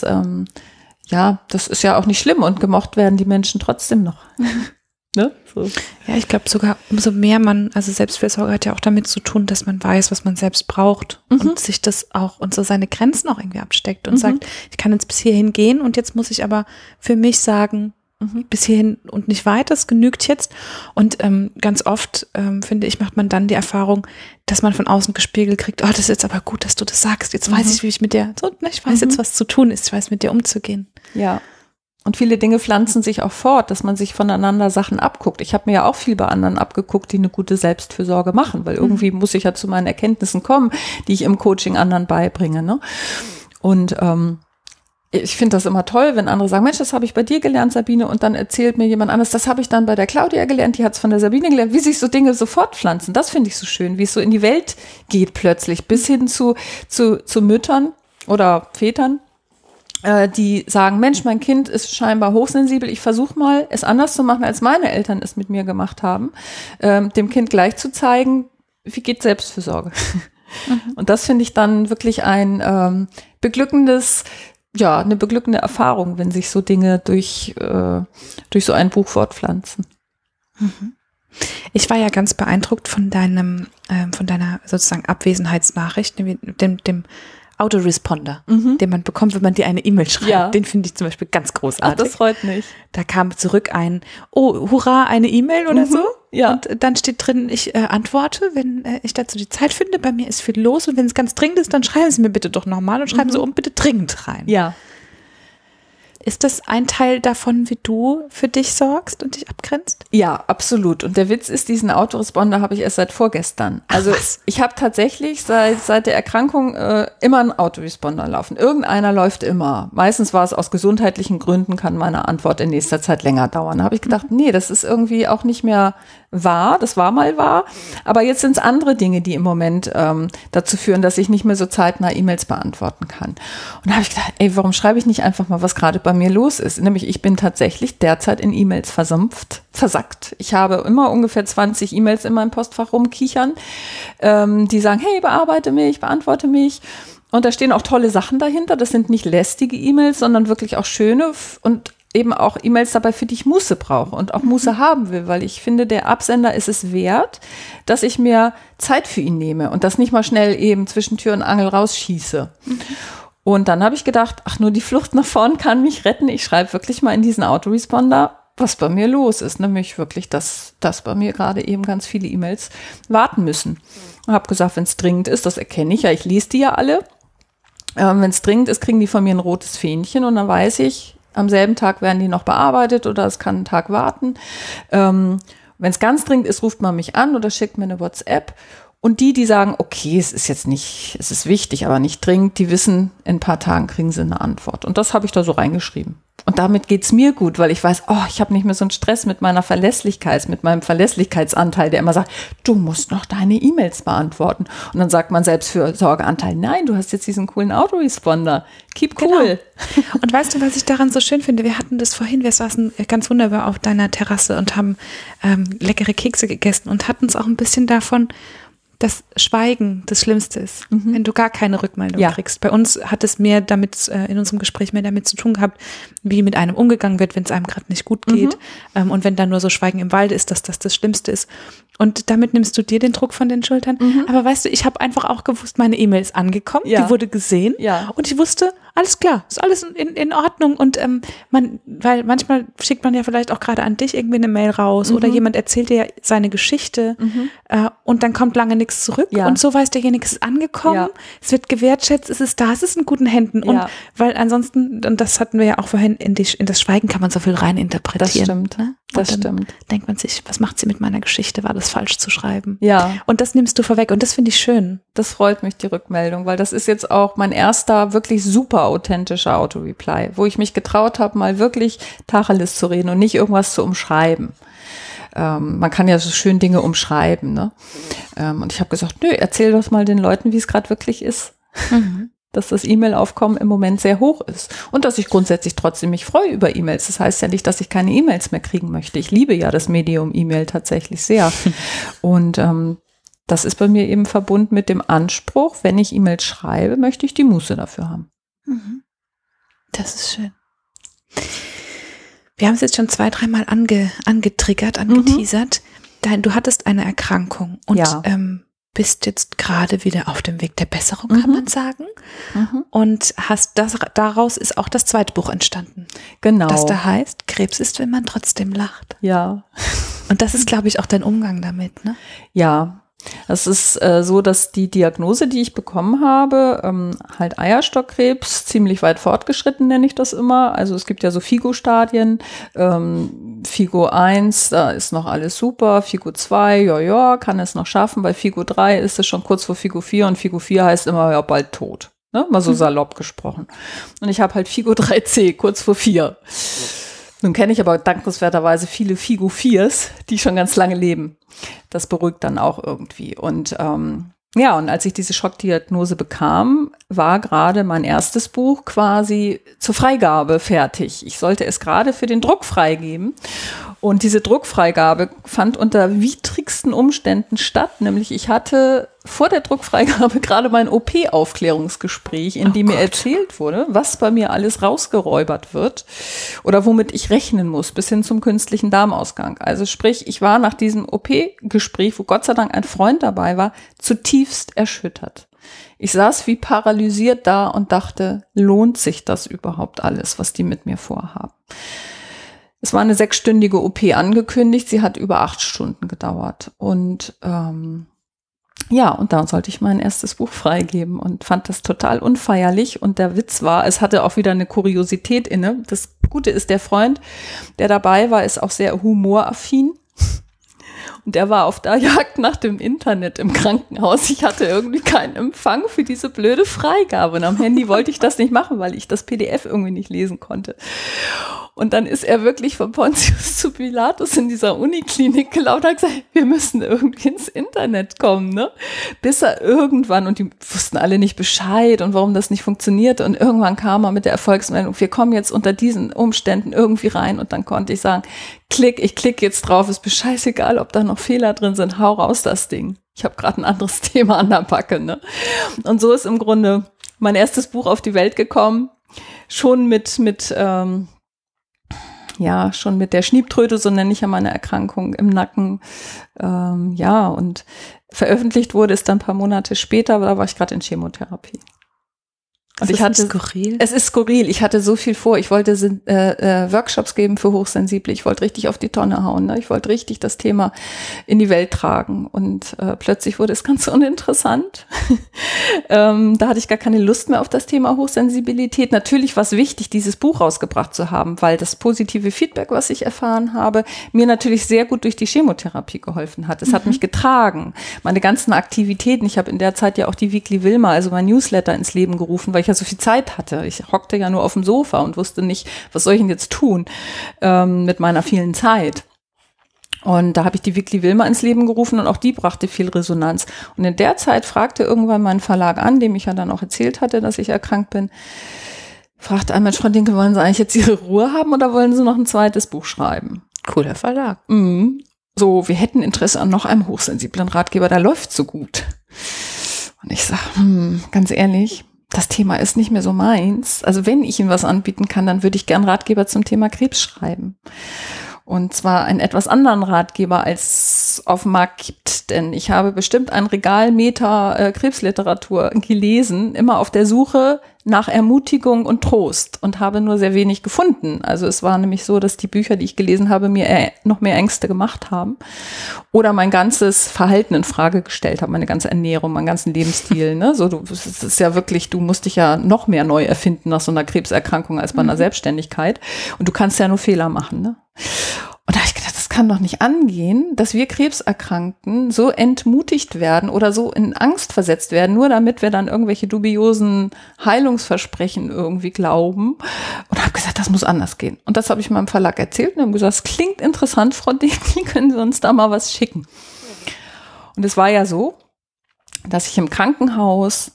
ist ja auch nicht schlimm und gemocht werden die Menschen trotzdem noch. Ne? So. Ja, ich glaube sogar, umso mehr also Selbstfürsorge hat ja auch damit zu tun, dass man weiß, was man selbst braucht und sich das auch und so seine Grenzen auch irgendwie absteckt und sagt, ich kann jetzt bis hierhin gehen und jetzt muss ich aber für mich sagen, bis hierhin und nicht weiter, das genügt jetzt. Und ganz oft, finde ich, macht man dann die Erfahrung, dass man von außen gespiegelt kriegt, oh, das ist jetzt aber gut, dass du das sagst, jetzt weiß ich, wie ich mit dir, ich weiß jetzt, was zu tun ist, ich weiß, mit dir umzugehen. Ja. Und viele Dinge pflanzen sich auch fort, dass man sich voneinander Sachen abguckt. Ich habe mir ja auch viel bei anderen abgeguckt, die eine gute Selbstfürsorge machen, weil irgendwie muss ich ja zu meinen Erkenntnissen kommen, die ich im Coaching anderen beibringe. Ne? Und ich finde das immer toll, wenn andere sagen, Mensch, das habe ich bei dir gelernt, Sabine, und dann erzählt mir jemand anderes, das habe ich dann bei der Claudia gelernt, die hat es von der Sabine gelernt, wie sich so Dinge so fortpflanzen. Das finde ich so schön, wie es so in die Welt geht plötzlich, bis hin zu Müttern oder Vätern, die sagen, Mensch, mein Kind ist scheinbar hochsensibel, ich versuche mal, es anders zu machen, als meine Eltern es mit mir gemacht haben, dem Kind gleich zu zeigen, wie geht Selbstfürsorge. Und das finde ich dann wirklich ein eine beglückende Erfahrung, wenn sich so Dinge durch so ein Buch fortpflanzen. Ich war ja ganz beeindruckt von deiner sozusagen Abwesenheitsnachricht, dem Autoresponder, den man bekommt, wenn man dir eine E-Mail schreibt. Ja. Den finde ich zum Beispiel ganz großartig. Ach, das freut mich. Da kam zurück ein, oh, hurra, eine E-Mail oder so. Ja. Und dann steht drin, ich antworte, wenn ich dazu die Zeit finde. Bei mir ist viel los und wenn es ganz dringend ist, dann schreiben Sie mir bitte doch nochmal und schreiben Sie bitte dringend rein. Ja. Ist das ein Teil davon, wie du für dich sorgst und dich abgrenzt? Ja, absolut. Und der Witz ist, diesen Autoresponder habe ich erst seit vorgestern. Also ich habe tatsächlich seit der Erkrankung immer einen Autoresponder laufen. Irgendeiner läuft immer. Meistens war es aus gesundheitlichen Gründen, kann meine Antwort in nächster Zeit länger dauern. Da habe ich gedacht, nee, das ist irgendwie auch nicht mehr wahr. Das war mal wahr. Aber jetzt sind es andere Dinge, die im Moment dazu führen, dass ich nicht mehr so zeitnah E-Mails beantworten kann. Und da habe ich gedacht, ey, warum schreibe ich nicht einfach mal, was gerade bei mir los ist? Nämlich, ich bin tatsächlich derzeit in E-Mails versackt. Ich habe immer ungefähr 20 E-Mails in meinem Postfach rumkichern, die sagen, hey, bearbeite mich, beantworte mich. Und da stehen auch tolle Sachen dahinter. Das sind nicht lästige E-Mails, sondern wirklich auch schöne und eben auch E-Mails dabei, für die ich Muße brauche und auch Muße haben will, weil ich finde, der Absender ist es wert, dass ich mir Zeit für ihn nehme und das nicht mal schnell eben zwischen Tür und Angel rausschieße. Und dann habe ich gedacht, ach, nur die Flucht nach vorn kann mich retten. Ich schreibe wirklich mal in diesen Autoresponder, was bei mir los ist. Nämlich wirklich, dass bei mir gerade eben ganz viele E-Mails warten müssen. Und habe gesagt, wenn es dringend ist, das erkenne ich ja, ich lese die ja alle. Wenn es dringend ist, kriegen die von mir ein rotes Fähnchen und dann weiß ich, am selben Tag werden die noch bearbeitet oder es kann einen Tag warten. Wenn es ganz dringend ist, ruft man mich an oder schickt mir eine WhatsApp. Und die sagen, okay, es ist wichtig, aber nicht dringend, die wissen, in ein paar Tagen kriegen sie eine Antwort. Und das habe ich da so reingeschrieben. Und damit geht's mir gut, weil ich weiß, ich habe nicht mehr so einen Stress mit meiner Verlässlichkeit, mit meinem Verlässlichkeitsanteil, der immer sagt, du musst noch deine E-Mails beantworten. Und dann sagt man Selbstfürsorgeanteil, nein, du hast jetzt diesen coolen Autoresponder. Keep cool. Genau. Und weißt du, was ich daran so schön finde? Wir hatten das vorhin, wir saßen ganz wunderbar auf deiner Terrasse und haben leckere Kekse gegessen und hatten es auch ein bisschen davon, dass Schweigen das Schlimmste ist, wenn du gar keine Rückmeldung kriegst. Bei uns hat es mehr damit, in unserem Gespräch mehr damit zu tun gehabt, wie mit einem umgegangen wird, wenn es einem gerade nicht gut geht. Und wenn dann nur so Schweigen im Walde ist, dass das Schlimmste ist. Und damit nimmst du dir den Druck von den Schultern. Aber weißt du, ich habe einfach auch gewusst, meine E-Mail ist angekommen, die wurde gesehen und ich wusste, alles klar, ist alles in Ordnung. Und weil manchmal schickt man ja vielleicht auch gerade an dich irgendwie eine Mail raus oder jemand erzählt dir seine Geschichte und dann kommt lange nichts zurück und so weiß derjenige, es ist angekommen, es wird gewertschätzt, es ist da, es ist in guten Händen. Und weil ansonsten, und das hatten wir ja auch vorhin, in das Schweigen kann man so viel reininterpretieren. Das stimmt, ne? Das stimmt. Denkt man sich, was macht sie mit meiner Geschichte? War das falsch zu schreiben? Ja. Und das nimmst du vorweg und das finde ich schön. Das freut mich, die Rückmeldung, weil das ist jetzt auch mein erster wirklich super authentischer Auto-Reply, wo ich mich getraut habe, mal wirklich Tacheles zu reden und nicht irgendwas zu umschreiben. Man kann ja so schön Dinge umschreiben, ne? Und ich habe gesagt, nö, erzähl doch mal den Leuten, wie es gerade wirklich ist. Dass das E-Mail-Aufkommen im Moment sehr hoch ist und dass ich grundsätzlich trotzdem mich freue über E-Mails. Das heißt ja nicht, dass ich keine E-Mails mehr kriegen möchte. Ich liebe ja das Medium E-Mail tatsächlich sehr. Und das ist bei mir eben verbunden mit dem Anspruch, wenn ich E-Mails schreibe, möchte ich die Muße dafür haben. Das ist schön. Wir haben es jetzt schon 2-3 Mal angetriggert, angeteasert. Du hattest eine Erkrankung und bist jetzt gerade wieder auf dem Weg der Besserung, kann man sagen. Und daraus ist auch das zweite Buch entstanden. Genau. Das da heißt, Krebs ist, wenn man trotzdem lacht. Ja. Und das ist, glaube ich, auch dein Umgang damit, ne? Ja. Es ist so, dass die Diagnose, die ich bekommen habe, halt Eierstockkrebs, ziemlich weit fortgeschritten nenne ich das immer. Also es gibt ja so FIGO-Stadien, FIGO 1, da ist noch alles super, FIGO 2, kann es noch schaffen, bei FIGO 3 ist es schon kurz vor FIGO 4 und FIGO 4 heißt immer, ja, bald tot, ne? Mal so salopp gesprochen. Und ich habe halt FIGO 3C, kurz vor 4. Nun kenne ich aber dankenswerterweise viele FIGO 4s, die schon ganz lange leben. Das beruhigt dann auch irgendwie. Und und als ich diese Schockdiagnose bekam, war gerade mein erstes Buch quasi zur Freigabe fertig. Ich sollte es gerade für den Druck freigeben. Und diese Druckfreigabe fand unter widrigsten Umständen statt. Nämlich ich hatte vor der Druckfreigabe gerade mein OP-Aufklärungsgespräch, in dem mir erzählt wurde, was bei mir alles rausgeräubert wird oder womit ich rechnen muss, bis hin zum künstlichen Darmausgang. Also sprich, ich war nach diesem OP-Gespräch, wo Gott sei Dank ein Freund dabei war, zutiefst erschüttert. Ich saß wie paralysiert da und dachte, lohnt sich das überhaupt alles, was die mit mir vorhaben? Es war eine 6-stündige OP angekündigt, sie hat über 8 Stunden gedauert und und da sollte ich mein erstes Buch freigeben und fand das total unfeierlich. Und der Witz war, es hatte auch wieder eine Kuriosität inne. Das Gute ist, der Freund, der dabei war, ist auch sehr humoraffin. Und der war auf der Jagd nach dem Internet im Krankenhaus. Ich hatte irgendwie keinen Empfang für diese blöde Freigabe. Und am Handy wollte ich das nicht machen, weil ich das PDF irgendwie nicht lesen konnte. Und dann ist er wirklich von Pontius zu Pilatus in dieser Uniklinik gelaufen und hat gesagt, wir müssen irgendwie ins Internet kommen, ne? Bis er irgendwann, und die wussten alle nicht Bescheid und warum das nicht funktionierte. Und irgendwann kam er mit der Erfolgsmeldung, wir kommen jetzt unter diesen Umständen irgendwie rein. Und dann konnte ich sagen, ich klicke jetzt drauf, ist mir scheißegal, ob da noch Fehler drin sind, hau raus das Ding. Ich habe gerade ein anderes Thema an der Backe, ne? Und so ist im Grunde mein erstes Buch auf die Welt gekommen, schon mit der Schniebtröte, so nenne ich ja meine Erkrankung im Nacken. Und veröffentlicht wurde es dann ein paar Monate später, aber da war ich gerade in Chemotherapie. Und skurril? Es ist skurril. Ich hatte so viel vor. Ich wollte Workshops geben für Hochsensible. Ich wollte richtig auf die Tonne hauen. Ne? Ich wollte richtig das Thema in die Welt tragen. Und plötzlich wurde es ganz uninteressant. Da hatte ich gar keine Lust mehr auf das Thema Hochsensibilität. Natürlich war es wichtig, dieses Buch rausgebracht zu haben, weil das positive Feedback, was ich erfahren habe, mir natürlich sehr gut durch die Chemotherapie geholfen hat. Es hat mich getragen. Meine ganzen Aktivitäten. Ich habe in der Zeit ja auch die Weekly Wilma, also mein Newsletter, ins Leben gerufen, weil ich ja so viel Zeit hatte. Ich hockte ja nur auf dem Sofa und wusste nicht, was soll ich denn jetzt tun mit meiner vielen Zeit. Und da habe ich die Weekly Wilma ins Leben gerufen und auch die brachte viel Resonanz. Und in der Zeit fragte irgendwann mein Verlag an, dem ich ja dann auch erzählt hatte, dass ich erkrankt bin, fragte einmal, Frau Dinkel, wollen Sie eigentlich jetzt Ihre Ruhe haben oder wollen Sie noch ein zweites Buch schreiben? Cooler Verlag. So, wir hätten Interesse an noch einem hochsensiblen Ratgeber, der läuft so gut. Und ich sage, ganz ehrlich, das Thema ist nicht mehr so meins. Also wenn ich Ihnen was anbieten kann, dann würde ich gern Ratgeber zum Thema Krebs schreiben. Und zwar einen etwas anderen Ratgeber, als auf dem Markt gibt. Denn ich habe bestimmt ein Regalmeter Krebsliteratur gelesen, immer auf der Suche nach Ermutigung und Trost und habe nur sehr wenig gefunden. Also es war nämlich so, dass die Bücher, die ich gelesen habe, mir noch mehr Ängste gemacht haben oder mein ganzes Verhalten in Frage gestellt haben, meine ganze Ernährung, meinen ganzen Lebensstil. Ne? So, es ist ja wirklich, du musst dich ja noch mehr neu erfinden nach so einer Krebserkrankung als bei einer Selbstständigkeit. Und du kannst ja nur Fehler machen. Ne? Und da habe ich gedacht, das kann doch nicht angehen, dass wir Krebserkrankten so entmutigt werden oder so in Angst versetzt werden, nur damit wir dann irgendwelche dubiosen Heilungsversprechen irgendwie glauben. Und habe gesagt, das muss anders gehen. Und das habe ich meinem Verlag erzählt und haben gesagt, das klingt interessant, Frau Dinkel, können Sie uns da mal was schicken? Und es war ja so, dass ich im Krankenhaus,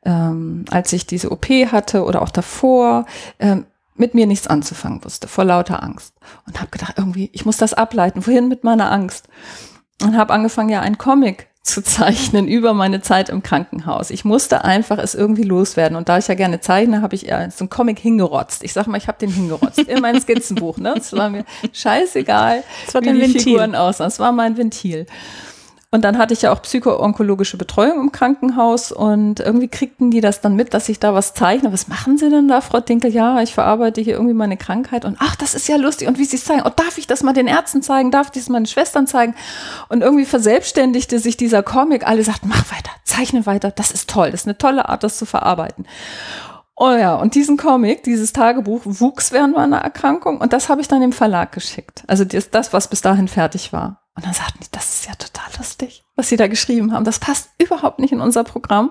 als ich diese OP hatte oder auch davor, mit mir nichts anzufangen wusste, vor lauter Angst. Und habe gedacht, irgendwie, ich muss das ableiten. Wohin mit meiner Angst? Und habe angefangen, ja, einen Comic zu zeichnen über meine Zeit im Krankenhaus. Ich musste einfach es irgendwie loswerden. Und da ich ja gerne zeichne, habe ich so einen Comic hingerotzt. Ich sag mal, ich habe den hingerotzt in mein Skizzenbuch. Ne? Es war mir scheißegal, wie die Figuren aussahen. Es war mein Ventil. Und dann hatte ich ja auch psycho-onkologische Betreuung im Krankenhaus und irgendwie kriegten die das dann mit, dass ich da was zeichne. Was machen Sie denn da, Frau Dinkel? Ja, ich verarbeite hier irgendwie meine Krankheit und ach, das ist ja lustig und wie Sie es zeigen. Oh, darf ich das mal den Ärzten zeigen? Darf ich das meinen Schwestern zeigen? Und irgendwie verselbstständigte sich dieser Comic. Alle sagten, mach weiter, zeichne weiter. Das ist toll. Das ist eine tolle Art, das zu verarbeiten. Oh ja, und diesen Comic, dieses Tagebuch wuchs während meiner Erkrankung und das habe ich dann dem Verlag geschickt. Also das, was bis dahin fertig war. Und dann sagten die, das ist ja total lustig, was sie da geschrieben haben. Das passt überhaupt nicht in unser Programm.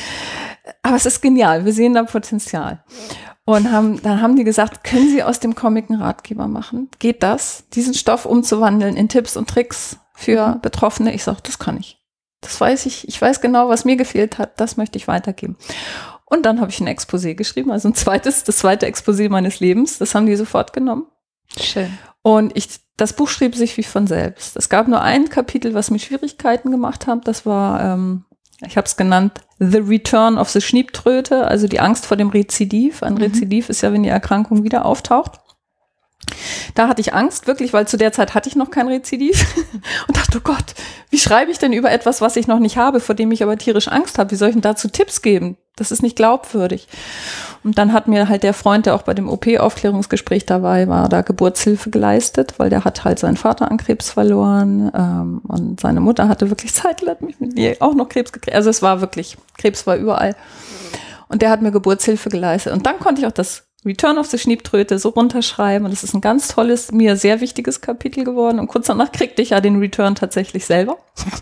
Aber es ist genial. Wir sehen da Potenzial. Und dann haben die gesagt, können Sie aus dem Comic einen Ratgeber machen? Geht das? Diesen Stoff umzuwandeln in Tipps und Tricks für Betroffene? Ich sage, das kann ich. Das weiß ich. Ich weiß genau, was mir gefehlt hat. Das möchte ich weitergeben. Und dann habe ich ein Exposé geschrieben, also das zweite Exposé meines Lebens. Das haben die sofort genommen. Schön. Und das Buch schrieb sich wie von selbst. Es gab nur ein Kapitel, was mir Schwierigkeiten gemacht hat. Das war, ich habe es genannt, The Return of the Schniebtröte, also die Angst vor dem Rezidiv. Ein Rezidiv ist ja, wenn die Erkrankung wieder auftaucht. Da hatte ich Angst, wirklich, weil zu der Zeit hatte ich noch kein Rezidiv und dachte, oh Gott, wie schreibe ich denn über etwas, was ich noch nicht habe, vor dem ich aber tierisch Angst habe? Wie soll ich denn dazu Tipps geben? Das ist nicht glaubwürdig. Und dann hat mir halt der Freund, der auch bei dem OP-Aufklärungsgespräch dabei war, da Geburtshilfe geleistet, weil der hat halt seinen Vater an Krebs verloren und seine Mutter hatte wirklich zeitgleich mit mir auch noch Krebs gekriegt. Also es war wirklich, Krebs war überall. Und der hat mir Geburtshilfe geleistet. Und dann konnte ich auch das Return of the Schnieptröte so runterschreiben. Und es ist ein ganz tolles, mir sehr wichtiges Kapitel geworden. Und kurz danach kriegte ich ja den Return tatsächlich selber.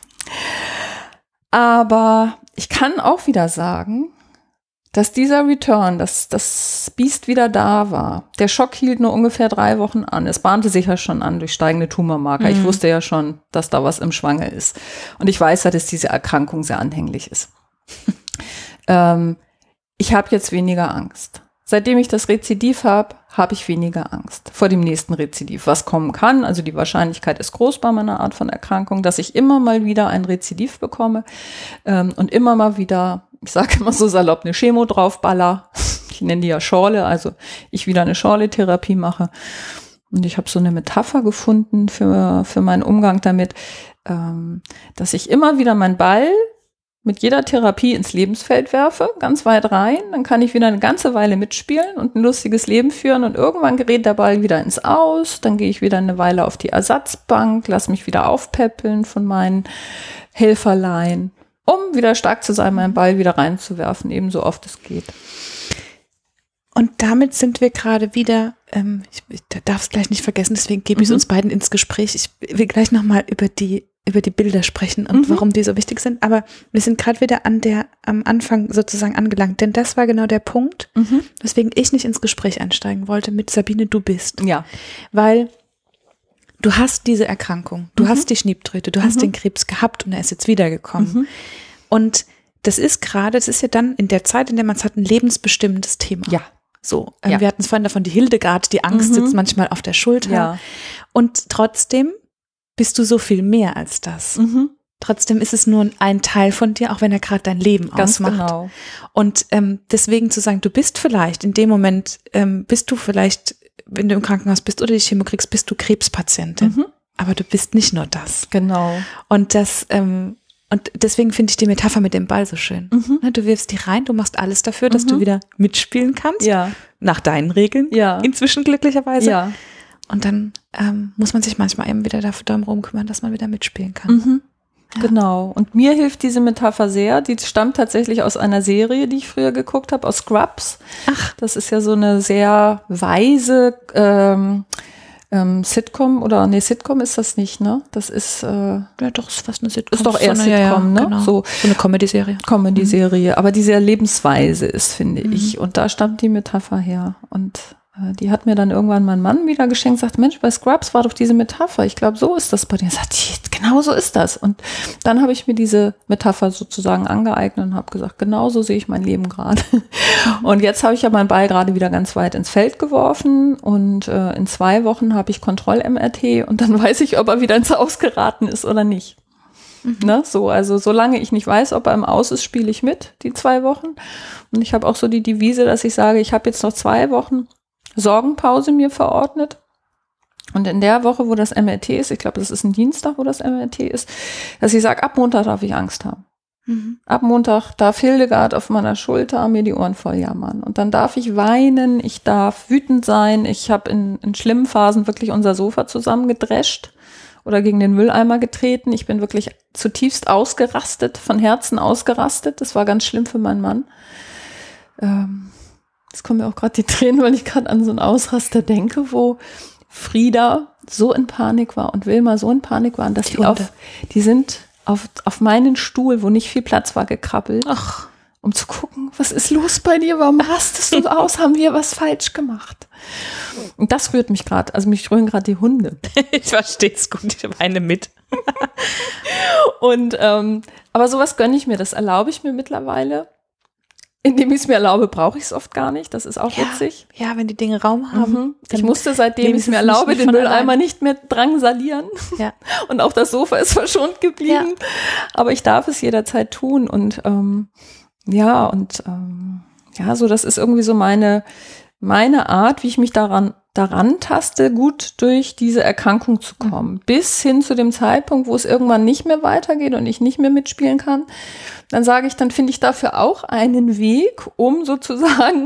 Aber ich kann auch wieder sagen, dass dieser Return, dass das Biest wieder da war. Der Schock hielt nur ungefähr 3 Wochen an. Es bahnte sich ja schon an durch steigende Tumormarker. Ich wusste ja schon, dass da was im Schwange ist. Und ich weiß ja, dass diese Erkrankung sehr anhänglich ist. Ich habe jetzt weniger Angst. Seitdem ich das Rezidiv habe, habe ich weniger Angst vor dem nächsten Rezidiv, was kommen kann. Also die Wahrscheinlichkeit ist groß bei meiner Art von Erkrankung, dass ich immer mal wieder ein Rezidiv bekomme und immer mal wieder, ich sage immer so salopp, eine Chemo draufballer. Ich nenne die ja Schorle, also ich wieder eine Schorle-Therapie mache. Und ich habe so eine Metapher gefunden für meinen Umgang damit, dass ich immer wieder meinen Ball mit jeder Therapie ins Lebensfeld werfe, ganz weit rein, dann kann ich wieder eine ganze Weile mitspielen und ein lustiges Leben führen und irgendwann gerät der Ball wieder ins Aus, dann gehe ich wieder eine Weile auf die Ersatzbank, lass mich wieder aufpäppeln von meinen Helferlein, um wieder stark zu sein, meinen Ball wieder reinzuwerfen, ebenso oft es geht. Und damit sind wir gerade wieder, ich darf es gleich nicht vergessen, deswegen gebe ich es uns beiden ins Gespräch. Ich will gleich nochmal über die Bilder sprechen und warum die so wichtig sind. Aber wir sind gerade wieder am Anfang sozusagen angelangt. Denn das war genau der Punkt, weswegen ich nicht ins Gespräch einsteigen wollte mit Sabine, du bist. Ja. Weil du hast diese Erkrankung, du hast die Schnieptröte, du hast den Krebs gehabt und er ist jetzt wiedergekommen. Und das ist ja dann in der Zeit, in der man es hat, ein lebensbestimmendes Thema. Ja. So, wir hatten es vorhin davon, die Hildegard, die Angst sitzt manchmal auf der Schulter. Ja. Und trotzdem bist du so viel mehr als das. Trotzdem ist es nur ein Teil von dir, auch wenn er gerade dein Leben ausmacht. Genau. Und deswegen zu sagen, du bist vielleicht in dem Moment, bist du vielleicht, wenn du im Krankenhaus bist oder die Chemo kriegst, bist du Krebspatientin. Aber du bist nicht nur das. Genau. Und und deswegen finde ich die Metapher mit dem Ball so schön. Du wirfst die rein, du machst alles dafür, dass du wieder mitspielen kannst. Ja. Nach deinen Regeln. Ja. Inzwischen glücklicherweise. Ja. Und dann muss man sich manchmal eben wieder darum kümmern, dass man wieder mitspielen kann. Ja. Genau. Und mir hilft diese Metapher sehr. Die stammt tatsächlich aus einer Serie, die ich früher geguckt habe, aus Scrubs. Ach. Das ist ja so eine sehr weise Sitcom Sitcom ist das nicht, ne? Das ist ja, doch, ist fast eine Sitcom. Ist doch eher Sitcom, ne? Genau. So eine Comedy-Serie. Comedy-Serie, aber die sehr lebensweise ist, finde ich. Und da stammt die Metapher her. Und die hat mir dann irgendwann mein Mann wieder geschenkt, sagt, Mensch, bei Scrubs war doch diese Metapher. Ich glaube, so ist das bei dir. Sagt, genau so ist das. Und dann habe ich mir diese Metapher sozusagen angeeignet und habe gesagt, genau so sehe ich mein Leben gerade. Und jetzt habe ich ja meinen Ball gerade wieder ganz weit ins Feld geworfen und in 2 Wochen habe ich Kontroll-MRT und dann weiß ich, ob er wieder ins Aus geraten ist oder nicht. Ne, so, also solange ich nicht weiß, ob er im Aus ist, spiele ich mit, die 2 Wochen. Und ich habe auch so die Devise, dass ich sage, ich habe jetzt noch 2 Wochen Sorgenpause mir verordnet. Und in der Woche, wo das MRT ist, ich glaube, das ist ein Dienstag, wo das MRT ist, dass ich sage, ab Montag darf ich Angst haben. Ab Montag darf Hildegard auf meiner Schulter mir die Ohren voll jammern. Und dann darf ich weinen, ich darf wütend sein. Ich habe in schlimmen Phasen wirklich unser Sofa zusammengedrescht oder gegen den Mülleimer getreten. Ich bin wirklich zutiefst ausgerastet, von Herzen ausgerastet. Das war ganz schlimm für meinen Mann. Jetzt kommen mir auch gerade die Tränen, weil ich gerade an so einen Ausraster denke, wo Frieda so in Panik war und Wilma so in Panik waren, dass die sind auf meinen Stuhl, wo nicht viel Platz war, gekrabbelt, um zu gucken, was ist los bei dir, warum rastest du aus, haben wir was falsch gemacht? Und das rührt mich gerade, also mich rühren gerade die Hunde. Ich verstehe es gut, ich weine mit. Und aber sowas gönne ich mir, das erlaube ich mir mittlerweile. Indem ich es mir erlaube, brauche ich es oft gar nicht. Das ist auch witzig. Ja, wenn die Dinge Raum haben. Ich musste, seitdem ich es mir erlaube, den Mülleimer nicht mehr drangsalieren. Ja. Und auch das Sofa ist verschont geblieben. Ja. Aber ich darf es jederzeit tun. Und so, das ist irgendwie so meine Art, wie ich mich daran daran taste, gut durch diese Erkrankung zu kommen. Bis hin zu dem Zeitpunkt, wo es irgendwann nicht mehr weitergeht und ich nicht mehr mitspielen kann. Dann sage ich, dann finde ich dafür auch einen Weg, um sozusagen,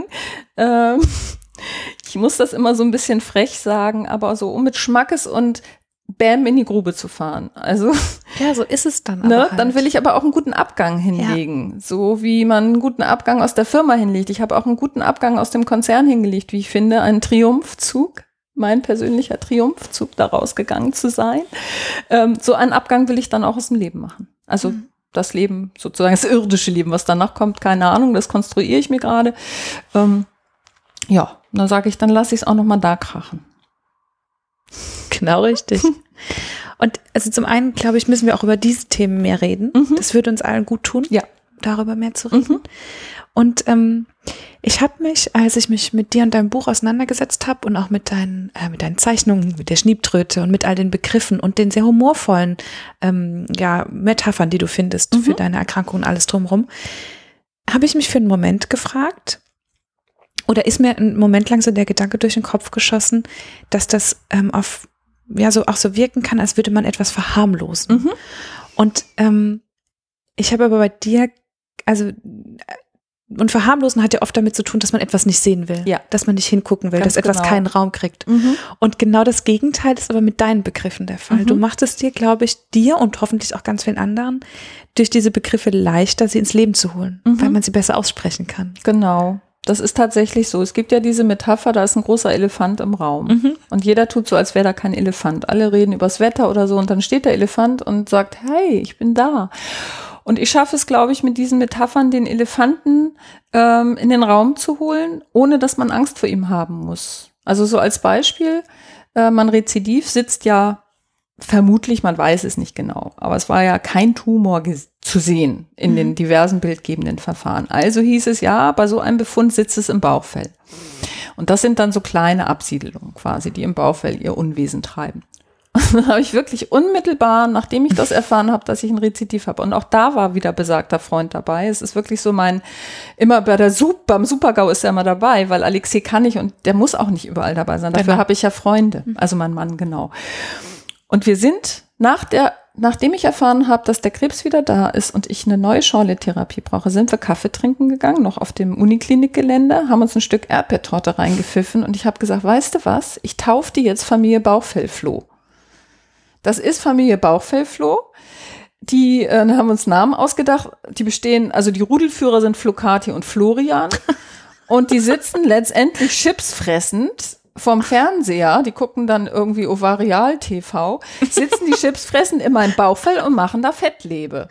ich muss das immer so ein bisschen frech sagen, aber so um mit Schmackes und Bäm in die Grube zu fahren. Also ja, so ist es dann. ne, Halt. Dann will ich aber auch einen guten Abgang hinlegen. Ja. So wie man einen guten Abgang aus der Firma hinlegt. Ich habe auch einen guten Abgang aus dem Konzern hingelegt, wie ich finde, einen Triumphzug, mein persönlicher Triumphzug, daraus gegangen zu sein. So einen Abgang will ich dann auch aus dem Leben machen. Also das Leben, sozusagen das irdische Leben, was danach kommt, keine Ahnung, das konstruiere ich mir gerade. Ja, dann sage ich, dann lasse ich es auch nochmal da krachen. Genau richtig. Und also zum einen, glaube ich, müssen wir auch über diese Themen mehr reden. Das würde uns allen gut tun, darüber mehr zu reden. Und ich habe mich, als ich mich mit dir und deinem Buch auseinandergesetzt habe und auch mit deinen Zeichnungen, mit der Schniebtröte und mit all den Begriffen und den sehr humorvollen Metaphern, die du findest für deine Erkrankung und alles drumherum, habe ich mich für einen Moment gefragt, oder ist mir einen Moment lang so der Gedanke durch den Kopf geschossen, dass das auch so wirken kann, als würde man etwas verharmlosen. Und ich habe aber bei dir, und verharmlosen hat ja oft damit zu tun, dass man etwas nicht sehen will, dass man nicht hingucken will, dass etwas keinen Raum kriegt. Und genau das Gegenteil ist aber mit deinen Begriffen der Fall. Du machst es dir, glaube ich, dir und hoffentlich auch ganz vielen anderen, durch diese Begriffe leichter, sie ins Leben zu holen, weil man sie besser aussprechen kann. Genau. Das ist tatsächlich so. Es gibt ja diese Metapher, da ist ein großer Elefant im Raum. Und jeder tut so, als wäre da kein Elefant. Alle reden übers Wetter oder so und dann steht der Elefant und sagt, hey, ich bin da. Und ich schaffe es, glaube ich, mit diesen Metaphern den Elefanten in den Raum zu holen, ohne dass man Angst vor ihm haben muss. Also so als Beispiel, man Rezidiv sitzt ja vermutlich, man weiß es nicht genau, aber es war ja kein Tumor zu sehen in den diversen bildgebenden Verfahren. Also hieß es, ja, bei so einem Befund sitzt es im Bauchfell. Und das sind dann so kleine Absiedelungen quasi, die im Bauchfell ihr Unwesen treiben. Und dann habe ich wirklich unmittelbar, nachdem ich das erfahren habe, dass ich ein Rezidiv habe. Und auch da war wieder besagter Freund dabei. Es ist wirklich so immer beim Super-GAU ist er immer dabei, weil Alexei kann nicht und der muss auch nicht überall dabei sein. Dafür habe ich ja Freunde, also mein Mann, genau. Und wir sind nachdem ich erfahren habe, dass der Krebs wieder da ist und ich eine neue Schorle-Therapie brauche, sind wir Kaffee trinken gegangen, noch auf dem Uniklinik-Gelände, haben uns ein Stück Erdbeertorte reingepfiffen und ich habe gesagt, weißt du was, ich taufe die jetzt Familie Bauchfellfloh. Das ist Familie Bauchfellfloh. Die haben uns Namen ausgedacht, die bestehen, also die Rudelführer sind Flocati und Florian und die sitzen letztendlich chipsfressend vom Fernseher, die gucken dann irgendwie Ovarial-TV, sitzen die Chips fressen in meinem Bauchfell und machen da Fettlebe.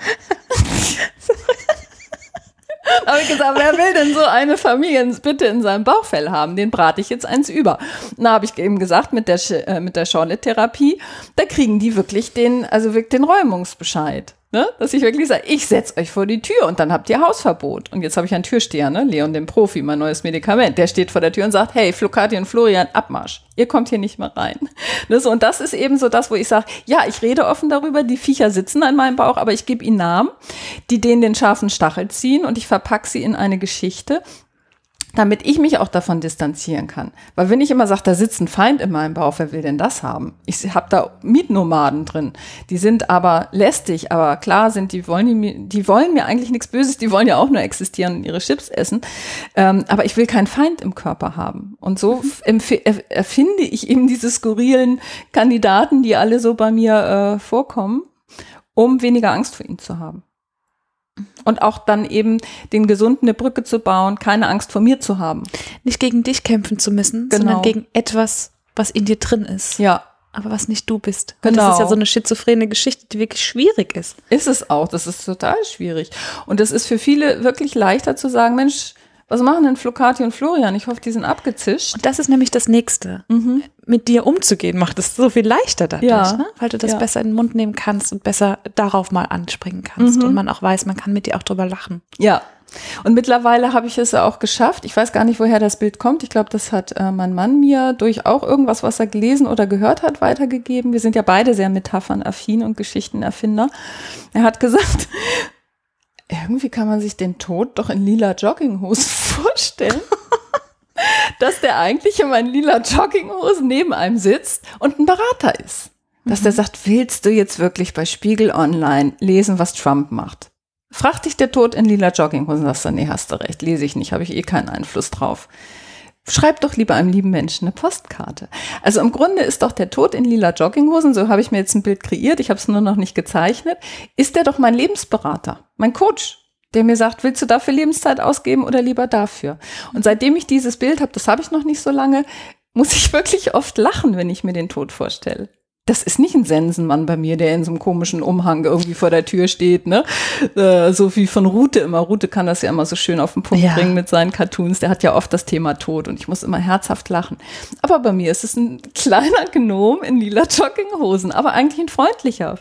Da habe ich gesagt, wer will denn so eine Familie bitte in seinem Bauchfell haben? Den brate ich jetzt eins über. Da habe ich eben gesagt, mit der Schorle-Therapie, da kriegen die wirklich den Räumungsbescheid. Ne? Dass ich wirklich sage, ich setze euch vor die Tür und dann habt ihr Hausverbot. Und jetzt habe ich einen Türsteher, ne? Leon, den Profi, mein neues Medikament. Der steht vor der Tür und sagt, hey, Flocati und Florian, Abmarsch. Ihr kommt hier nicht mehr rein. Ne? So, und das ist eben so das, wo ich sage, ja, ich rede offen darüber, die Viecher sitzen an meinem Bauch, aber ich gebe ihnen Namen, die denen den scharfen Stachel ziehen und ich verpacke sie in eine Geschichte, damit ich mich auch davon distanzieren kann. Weil wenn ich immer sage, da sitzt ein Feind in meinem Bauch, wer will denn das haben? Ich habe da Mietnomaden drin. Die sind aber lästig, aber klar die wollen mir eigentlich nichts Böses, die wollen ja auch nur existieren und ihre Chips essen. Aber ich will keinen Feind im Körper haben. Und so erfinde ich eben diese skurrilen Kandidaten, die alle so bei mir vorkommen, um weniger Angst vor ihnen zu haben. Und auch dann eben den Gesunden eine Brücke zu bauen, keine Angst vor mir zu haben. Nicht gegen dich kämpfen zu müssen, sondern gegen etwas, was in dir drin ist. Ja. Aber was nicht du bist. Genau. Das ist ja so eine schizophrene Geschichte, die wirklich schwierig ist. Ist es auch. Das ist total schwierig. Und es ist für viele wirklich leichter zu sagen, Mensch, was machen denn Flocati und Florian? Ich hoffe, die sind abgezischt. Und das ist nämlich das Nächste. Mit dir umzugehen macht es so viel leichter dadurch, ne? Weil du das besser in den Mund nehmen kannst und besser darauf mal anspringen kannst. Und man auch weiß, man kann mit dir auch drüber lachen. Ja. Und mittlerweile habe ich es auch geschafft. Ich weiß gar nicht, woher das Bild kommt. Ich glaube, das hat mein Mann mir durch auch irgendwas, was er gelesen oder gehört hat, weitergegeben. Wir sind ja beide sehr metaphernaffin und Geschichtenerfinder. Er hat gesagt, irgendwie kann man sich den Tod doch in lila Jogginghosen vorstellen. dass der eigentlich in meinen lila Jogginghosen neben einem sitzt und ein Berater ist. Dass der sagt, willst du jetzt wirklich bei Spiegel Online lesen, was Trump macht? Fragt dich der Tod in lila Jogginghosen, sagst du, nee, hast du recht, lese ich nicht, habe ich eh keinen Einfluss drauf. Schreib doch lieber einem lieben Menschen eine Postkarte. Also im Grunde ist doch der Tod in lila Jogginghosen, so habe ich mir jetzt ein Bild kreiert, ich habe es nur noch nicht gezeichnet, ist der doch mein Lebensberater, mein Coach, der mir sagt, willst du dafür Lebenszeit ausgeben oder lieber dafür? Und seitdem ich dieses Bild habe, das habe ich noch nicht so lange, muss ich wirklich oft lachen, wenn ich mir den Tod vorstelle. Das ist nicht ein Sensenmann bei mir, der in so einem komischen Umhang irgendwie vor der Tür steht, ne? So wie von Rute immer. Rute kann das ja immer so schön auf den Punkt bringen mit seinen Cartoons. Der hat ja oft das Thema Tod und ich muss immer herzhaft lachen. Aber bei mir ist es ein kleiner Gnom in lila Jogginghosen, aber eigentlich ein freundlicher.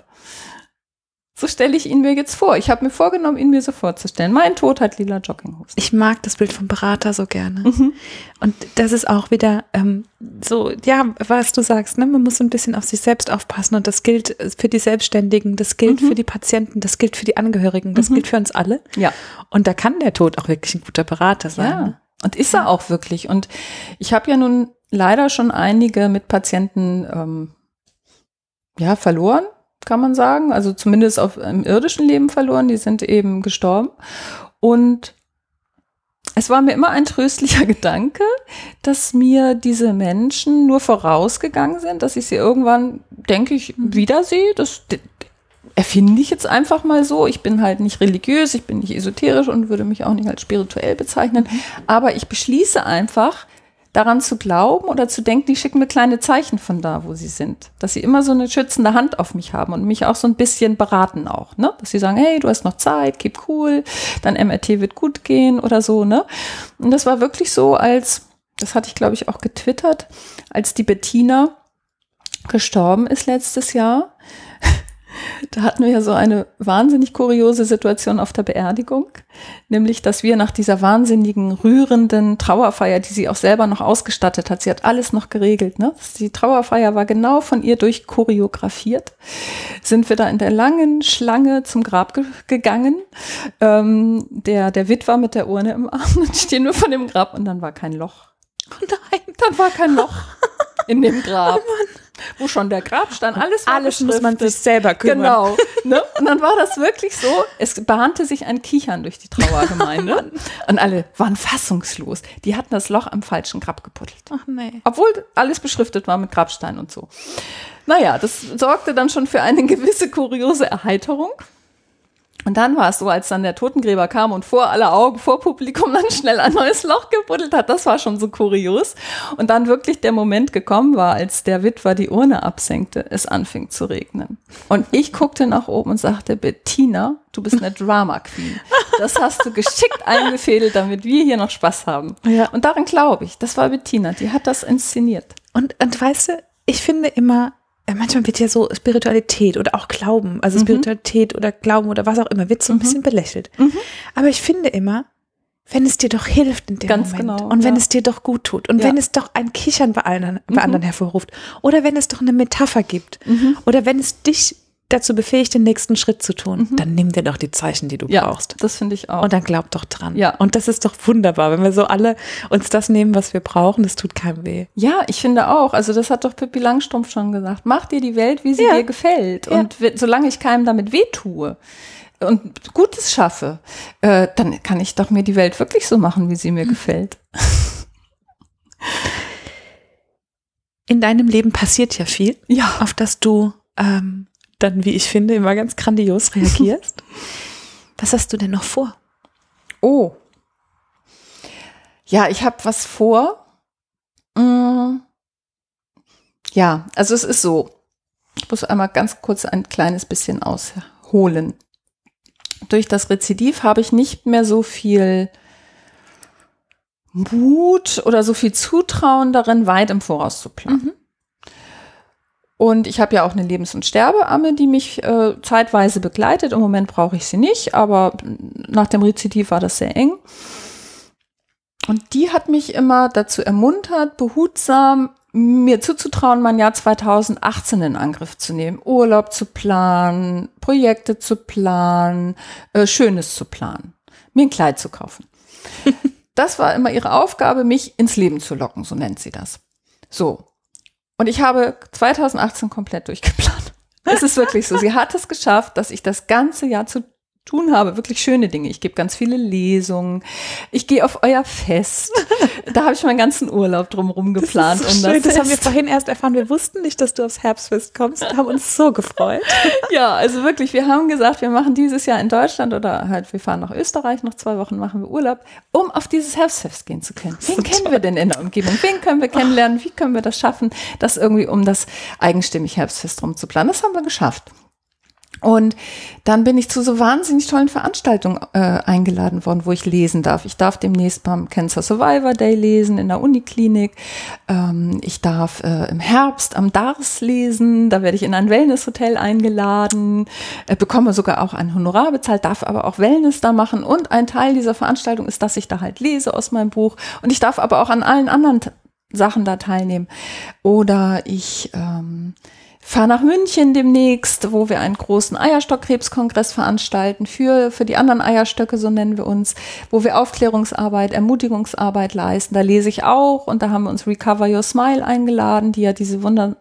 So stelle ich ihn mir jetzt vor. Ich habe mir vorgenommen, ihn mir so vorzustellen. Mein Tod hat lila Jogginghosen. Ich mag das Bild vom Berater so gerne. Und das ist auch wieder so, ja, was du sagst, ne? Man muss so ein bisschen auf sich selbst aufpassen. Und das gilt für die Selbstständigen, das gilt für die Patienten, das gilt für die Angehörigen, das gilt für uns alle. Ja. Und da kann der Tod auch wirklich ein guter Berater sein. Ja. Und ist er auch wirklich. Und ich habe ja nun leider schon einige Mitpatienten verloren, kann man sagen. Also zumindest im irdischen Leben verloren. Die sind eben gestorben. Und es war mir immer ein tröstlicher Gedanke, dass mir diese Menschen nur vorausgegangen sind, dass ich sie irgendwann, denke ich, wiedersehe. Das erfinde ich jetzt einfach mal so. Ich bin halt nicht religiös, ich bin nicht esoterisch und würde mich auch nicht als spirituell bezeichnen. Aber ich beschließe einfach, daran zu glauben oder zu denken, die schicken mir kleine Zeichen von da, wo sie sind. Dass sie immer so eine schützende Hand auf mich haben und mich auch so ein bisschen beraten auch, ne? Dass sie sagen, hey, du hast noch Zeit, keep cool, dein MRT wird gut gehen oder so, ne? Und das war wirklich so, das hatte ich, glaube ich, auch getwittert, als die Bettina gestorben ist letztes Jahr. Da hatten wir ja so eine wahnsinnig kuriose Situation auf der Beerdigung, nämlich, dass wir nach dieser wahnsinnigen, rührenden Trauerfeier, die sie auch selber noch ausgestattet hat, sie hat alles noch geregelt, ne? Die Trauerfeier war genau von ihr durchchoreografiert, sind wir da in der langen Schlange zum Grab gegangen, der Witwer mit der Urne im Arm, dann stehen wir vor dem Grab und dann war kein Loch. Oh nein. Dann war kein Loch in dem Grab. Oh Mann. Wo schon der Grabstein, alles war alles muss man sich selber kümmern. Genau. Ne? Und dann war das wirklich so, es bahnte sich ein Kichern durch die Trauergemeinde und alle waren fassungslos. Die hatten das Loch am falschen Grab gebuddelt. Ach nee. Obwohl alles beschriftet war mit Grabstein und so. Naja, das sorgte dann schon für eine gewisse kuriose Erheiterung. Und dann war es so, als dann der Totengräber kam und vor aller Augen, vor Publikum dann schnell ein neues Loch gebuddelt hat, das war schon so kurios. Und dann wirklich der Moment gekommen war, als der Witwer die Urne absenkte, es anfing zu regnen. Und ich guckte nach oben und sagte, Bettina, du bist eine Drama Queen. Das hast du geschickt eingefädelt, damit wir hier noch Spaß haben. Ja. Und daran glaube ich, das war Bettina, die hat das inszeniert. Und weißt du, ich finde immer, manchmal wird ja so Spiritualität oder auch Glauben, also Spiritualität oder Glauben oder was auch immer, wird so ein bisschen belächelt. Aber ich finde immer, wenn es dir doch hilft in dem Ganz Moment genau, und wenn es dir doch gut tut und wenn es doch ein Kichern bei anderen hervorruft oder wenn es doch eine Metapher gibt oder wenn es dich dazu befähigt, den nächsten Schritt zu tun, dann nimm dir doch die Zeichen, die du brauchst. Das finde ich auch. Und dann glaub doch dran. Ja. Und das ist doch wunderbar, wenn wir so alle uns das nehmen, was wir brauchen, das tut keinem weh. Ja, ich finde auch. Also das hat doch Pippi Langstrumpf schon gesagt. Mach dir die Welt, wie sie dir gefällt. Und solange ich keinem damit weh tue und Gutes schaffe, dann kann ich doch mir die Welt wirklich so machen, wie sie mir gefällt. In deinem Leben passiert ja viel, auf das du dann, wie ich finde, immer ganz grandios reagierst. Was hast du denn noch vor? Oh. Ja, ich habe was vor. Ja, also es ist so. Ich muss einmal ganz kurz ein kleines bisschen ausholen. Durch das Rezidiv habe ich nicht mehr so viel Mut oder so viel Zutrauen darin, weit im Voraus zu planen. Und ich habe ja auch eine Lebens- und Sterbeamme, die mich zeitweise begleitet. Im Moment brauche ich sie nicht, aber nach dem Rezidiv war das sehr eng. Und die hat mich immer dazu ermuntert, behutsam mir zuzutrauen, mein Jahr 2018 in Angriff zu nehmen. Urlaub zu planen, Projekte zu planen, Schönes zu planen, mir ein Kleid zu kaufen. das war immer ihre Aufgabe, mich ins Leben zu locken, so nennt sie das. So. Und ich habe 2018 komplett durchgeplant. Es ist wirklich so. Sie hat es geschafft, dass ich das ganze Jahr zu tun habe, wirklich schöne Dinge. Ich gebe ganz viele Lesungen. Ich gehe auf euer Fest. Da habe ich meinen ganzen Urlaub drumherum geplant. Das ist so schön. Das haben wir vorhin erst erfahren. Wir wussten nicht, dass du aufs Herbstfest kommst und haben uns so gefreut. Ja, also wirklich, wir haben gesagt, wir machen dieses Jahr in Deutschland oder halt, wir fahren nach Österreich, noch 2 Wochen machen wir Urlaub, um auf dieses Herbstfest gehen zu können. Wen kennen wir denn in der Umgebung? Wen können wir kennenlernen? Wie können wir das schaffen, das irgendwie um das eigenstimmig Herbstfest rum zu planen? Das haben wir geschafft. Und dann bin ich zu so wahnsinnig tollen Veranstaltungen eingeladen worden, wo ich lesen darf. Ich darf demnächst beim Cancer Survivor Day lesen in der Uniklinik. Ich darf im Herbst am DARS lesen. Da werde ich in ein Wellnesshotel eingeladen, bekomme sogar auch ein Honorar bezahlt, darf aber auch Wellness da machen. Und ein Teil dieser Veranstaltung ist, dass ich da halt lese aus meinem Buch. Und ich darf aber auch an allen anderen Sachen da teilnehmen. Oder ich fahre nach München demnächst, wo wir einen großen Eierstockkrebskongress veranstalten für die anderen Eierstöcke, so nennen wir uns, wo wir Aufklärungsarbeit, Ermutigungsarbeit leisten. Da lese ich auch und da haben wir uns Recover Your Smile eingeladen, die ja diese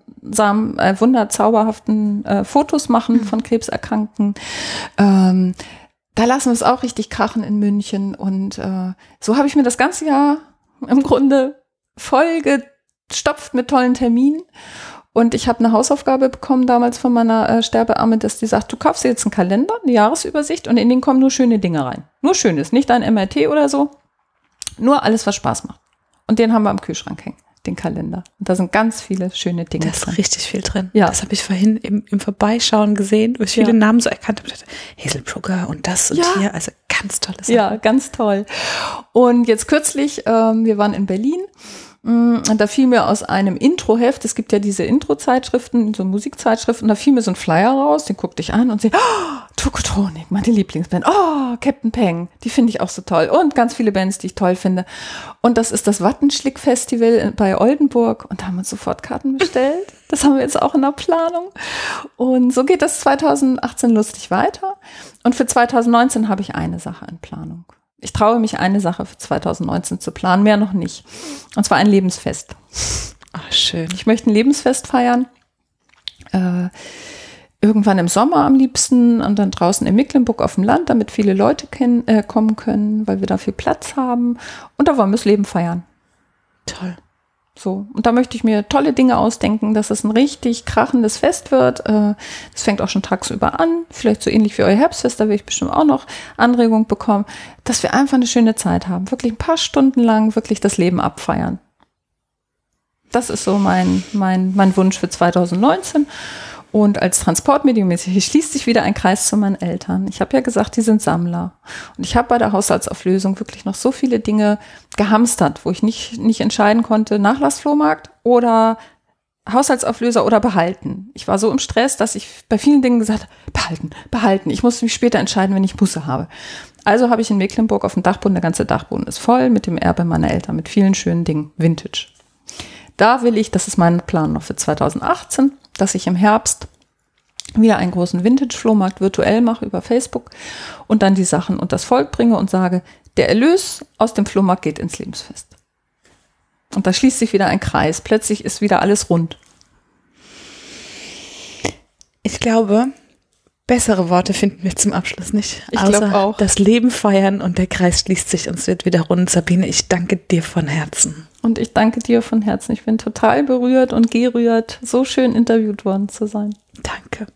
wunderzauberhaften Fotos machen von Krebserkrankten. Da lassen wir es auch richtig krachen in München und so habe ich mir das ganze Jahr im Grunde vollgestopft mit tollen Terminen. Und ich habe eine Hausaufgabe bekommen damals von meiner Sterbearme, dass die sagt, du kaufst dir jetzt einen Kalender, eine Jahresübersicht und in den kommen nur schöne Dinge rein. Nur Schönes, nicht ein MRT oder so, nur alles, was Spaß macht. Und den haben wir am Kühlschrank hängen, den Kalender. Und da sind ganz viele schöne Dinge drin. Da ist richtig viel drin. Ja. Das habe ich vorhin im Vorbeischauen gesehen, wo ich viele Namen so erkannt habe. Hazelbrugger und das und hier, also ganz tolle Sachen. Ja, ganz toll. Und jetzt kürzlich, wir waren in Berlin. Und da fiel mir aus einem Introheft, es gibt ja diese Intro-Zeitschriften, so Musikzeitschriften, da fiel mir so ein Flyer raus, den guckte ich an und sehe, Tokotronic, meine Lieblingsband, Captain Peng, die finde ich auch so toll und ganz viele Bands, die ich toll finde. Und das ist das Wattenschlick-Festival bei Oldenburg und da haben wir uns sofort Karten bestellt. Das haben wir jetzt auch in der Planung. Und so geht das 2018 lustig weiter. Und für 2019 habe ich eine Sache in Planung. Ich traue mich, eine Sache für 2019 zu planen, mehr noch nicht. Und zwar ein Lebensfest. Ach, schön. Ich möchte ein Lebensfest feiern. Irgendwann im Sommer am liebsten und dann draußen in Mecklenburg auf dem Land, damit viele Leute kommen können, weil wir da viel Platz haben. Und da wollen wir das Leben feiern. Toll. So, und da möchte ich mir tolle Dinge ausdenken, dass es ein richtig krachendes Fest wird. Das fängt auch schon tagsüber an, vielleicht so ähnlich wie euer Herbstfest, da werde ich bestimmt auch noch Anregung bekommen, dass wir einfach eine schöne Zeit haben, wirklich ein paar Stunden lang wirklich das Leben abfeiern. Das ist so mein Wunsch für 2019. Und als Transportmedium, hier schließt sich wieder ein Kreis zu meinen Eltern. Ich habe ja gesagt, die sind Sammler. Und ich habe bei der Haushaltsauflösung wirklich noch so viele Dinge gehamstert, wo ich nicht entscheiden konnte, Nachlassflohmarkt oder Haushaltsauflöser oder behalten. Ich war so im Stress, dass ich bei vielen Dingen gesagt habe, behalten. Ich muss mich später entscheiden, wenn ich Busse habe. Also habe ich in Mecklenburg auf dem Dachboden, der ganze Dachboden ist voll mit dem Erbe meiner Eltern, mit vielen schönen Dingen, Vintage. Da will ich, das ist mein Plan noch für 2018, dass ich im Herbst wieder einen großen Vintage-Flohmarkt virtuell mache über Facebook und dann die Sachen und das Volk bringe und sage, der Erlös aus dem Flohmarkt geht ins Lebensfest. Und da schließt sich wieder ein Kreis. Plötzlich ist wieder alles rund. Ich glaube, bessere Worte finden wir zum Abschluss nicht. Ich glaube auch. Das Leben feiern und der Kreis schließt sich und es wird wieder rund. Sabine, ich danke dir von Herzen. Und ich danke dir von Herzen. Ich bin total berührt und gerührt, so schön interviewt worden zu sein. Danke.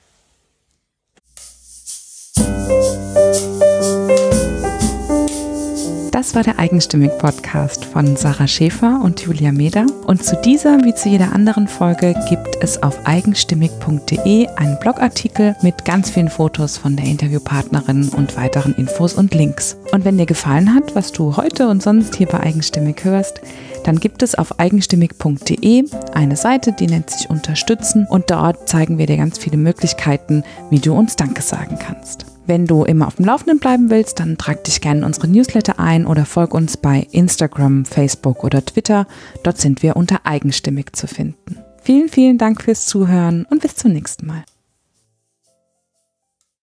Das war der Eigenstimmig-Podcast von Sarah Schäfer und Julia Meder. Und zu dieser wie zu jeder anderen Folge gibt es auf eigenstimmig.de einen Blogartikel mit ganz vielen Fotos von der Interviewpartnerin und weiteren Infos und Links. Und wenn dir gefallen hat, was du heute und sonst hier bei Eigenstimmig hörst, dann gibt es auf eigenstimmig.de eine Seite, die nennt sich Unterstützen und dort zeigen wir dir ganz viele Möglichkeiten, wie du uns Danke sagen kannst. Wenn du immer auf dem Laufenden bleiben willst, dann trag dich gerne in unsere Newsletter ein oder folg uns bei Instagram, Facebook oder Twitter. Dort sind wir unter Eigenstimmig zu finden. Vielen, vielen Dank fürs Zuhören und bis zum nächsten Mal.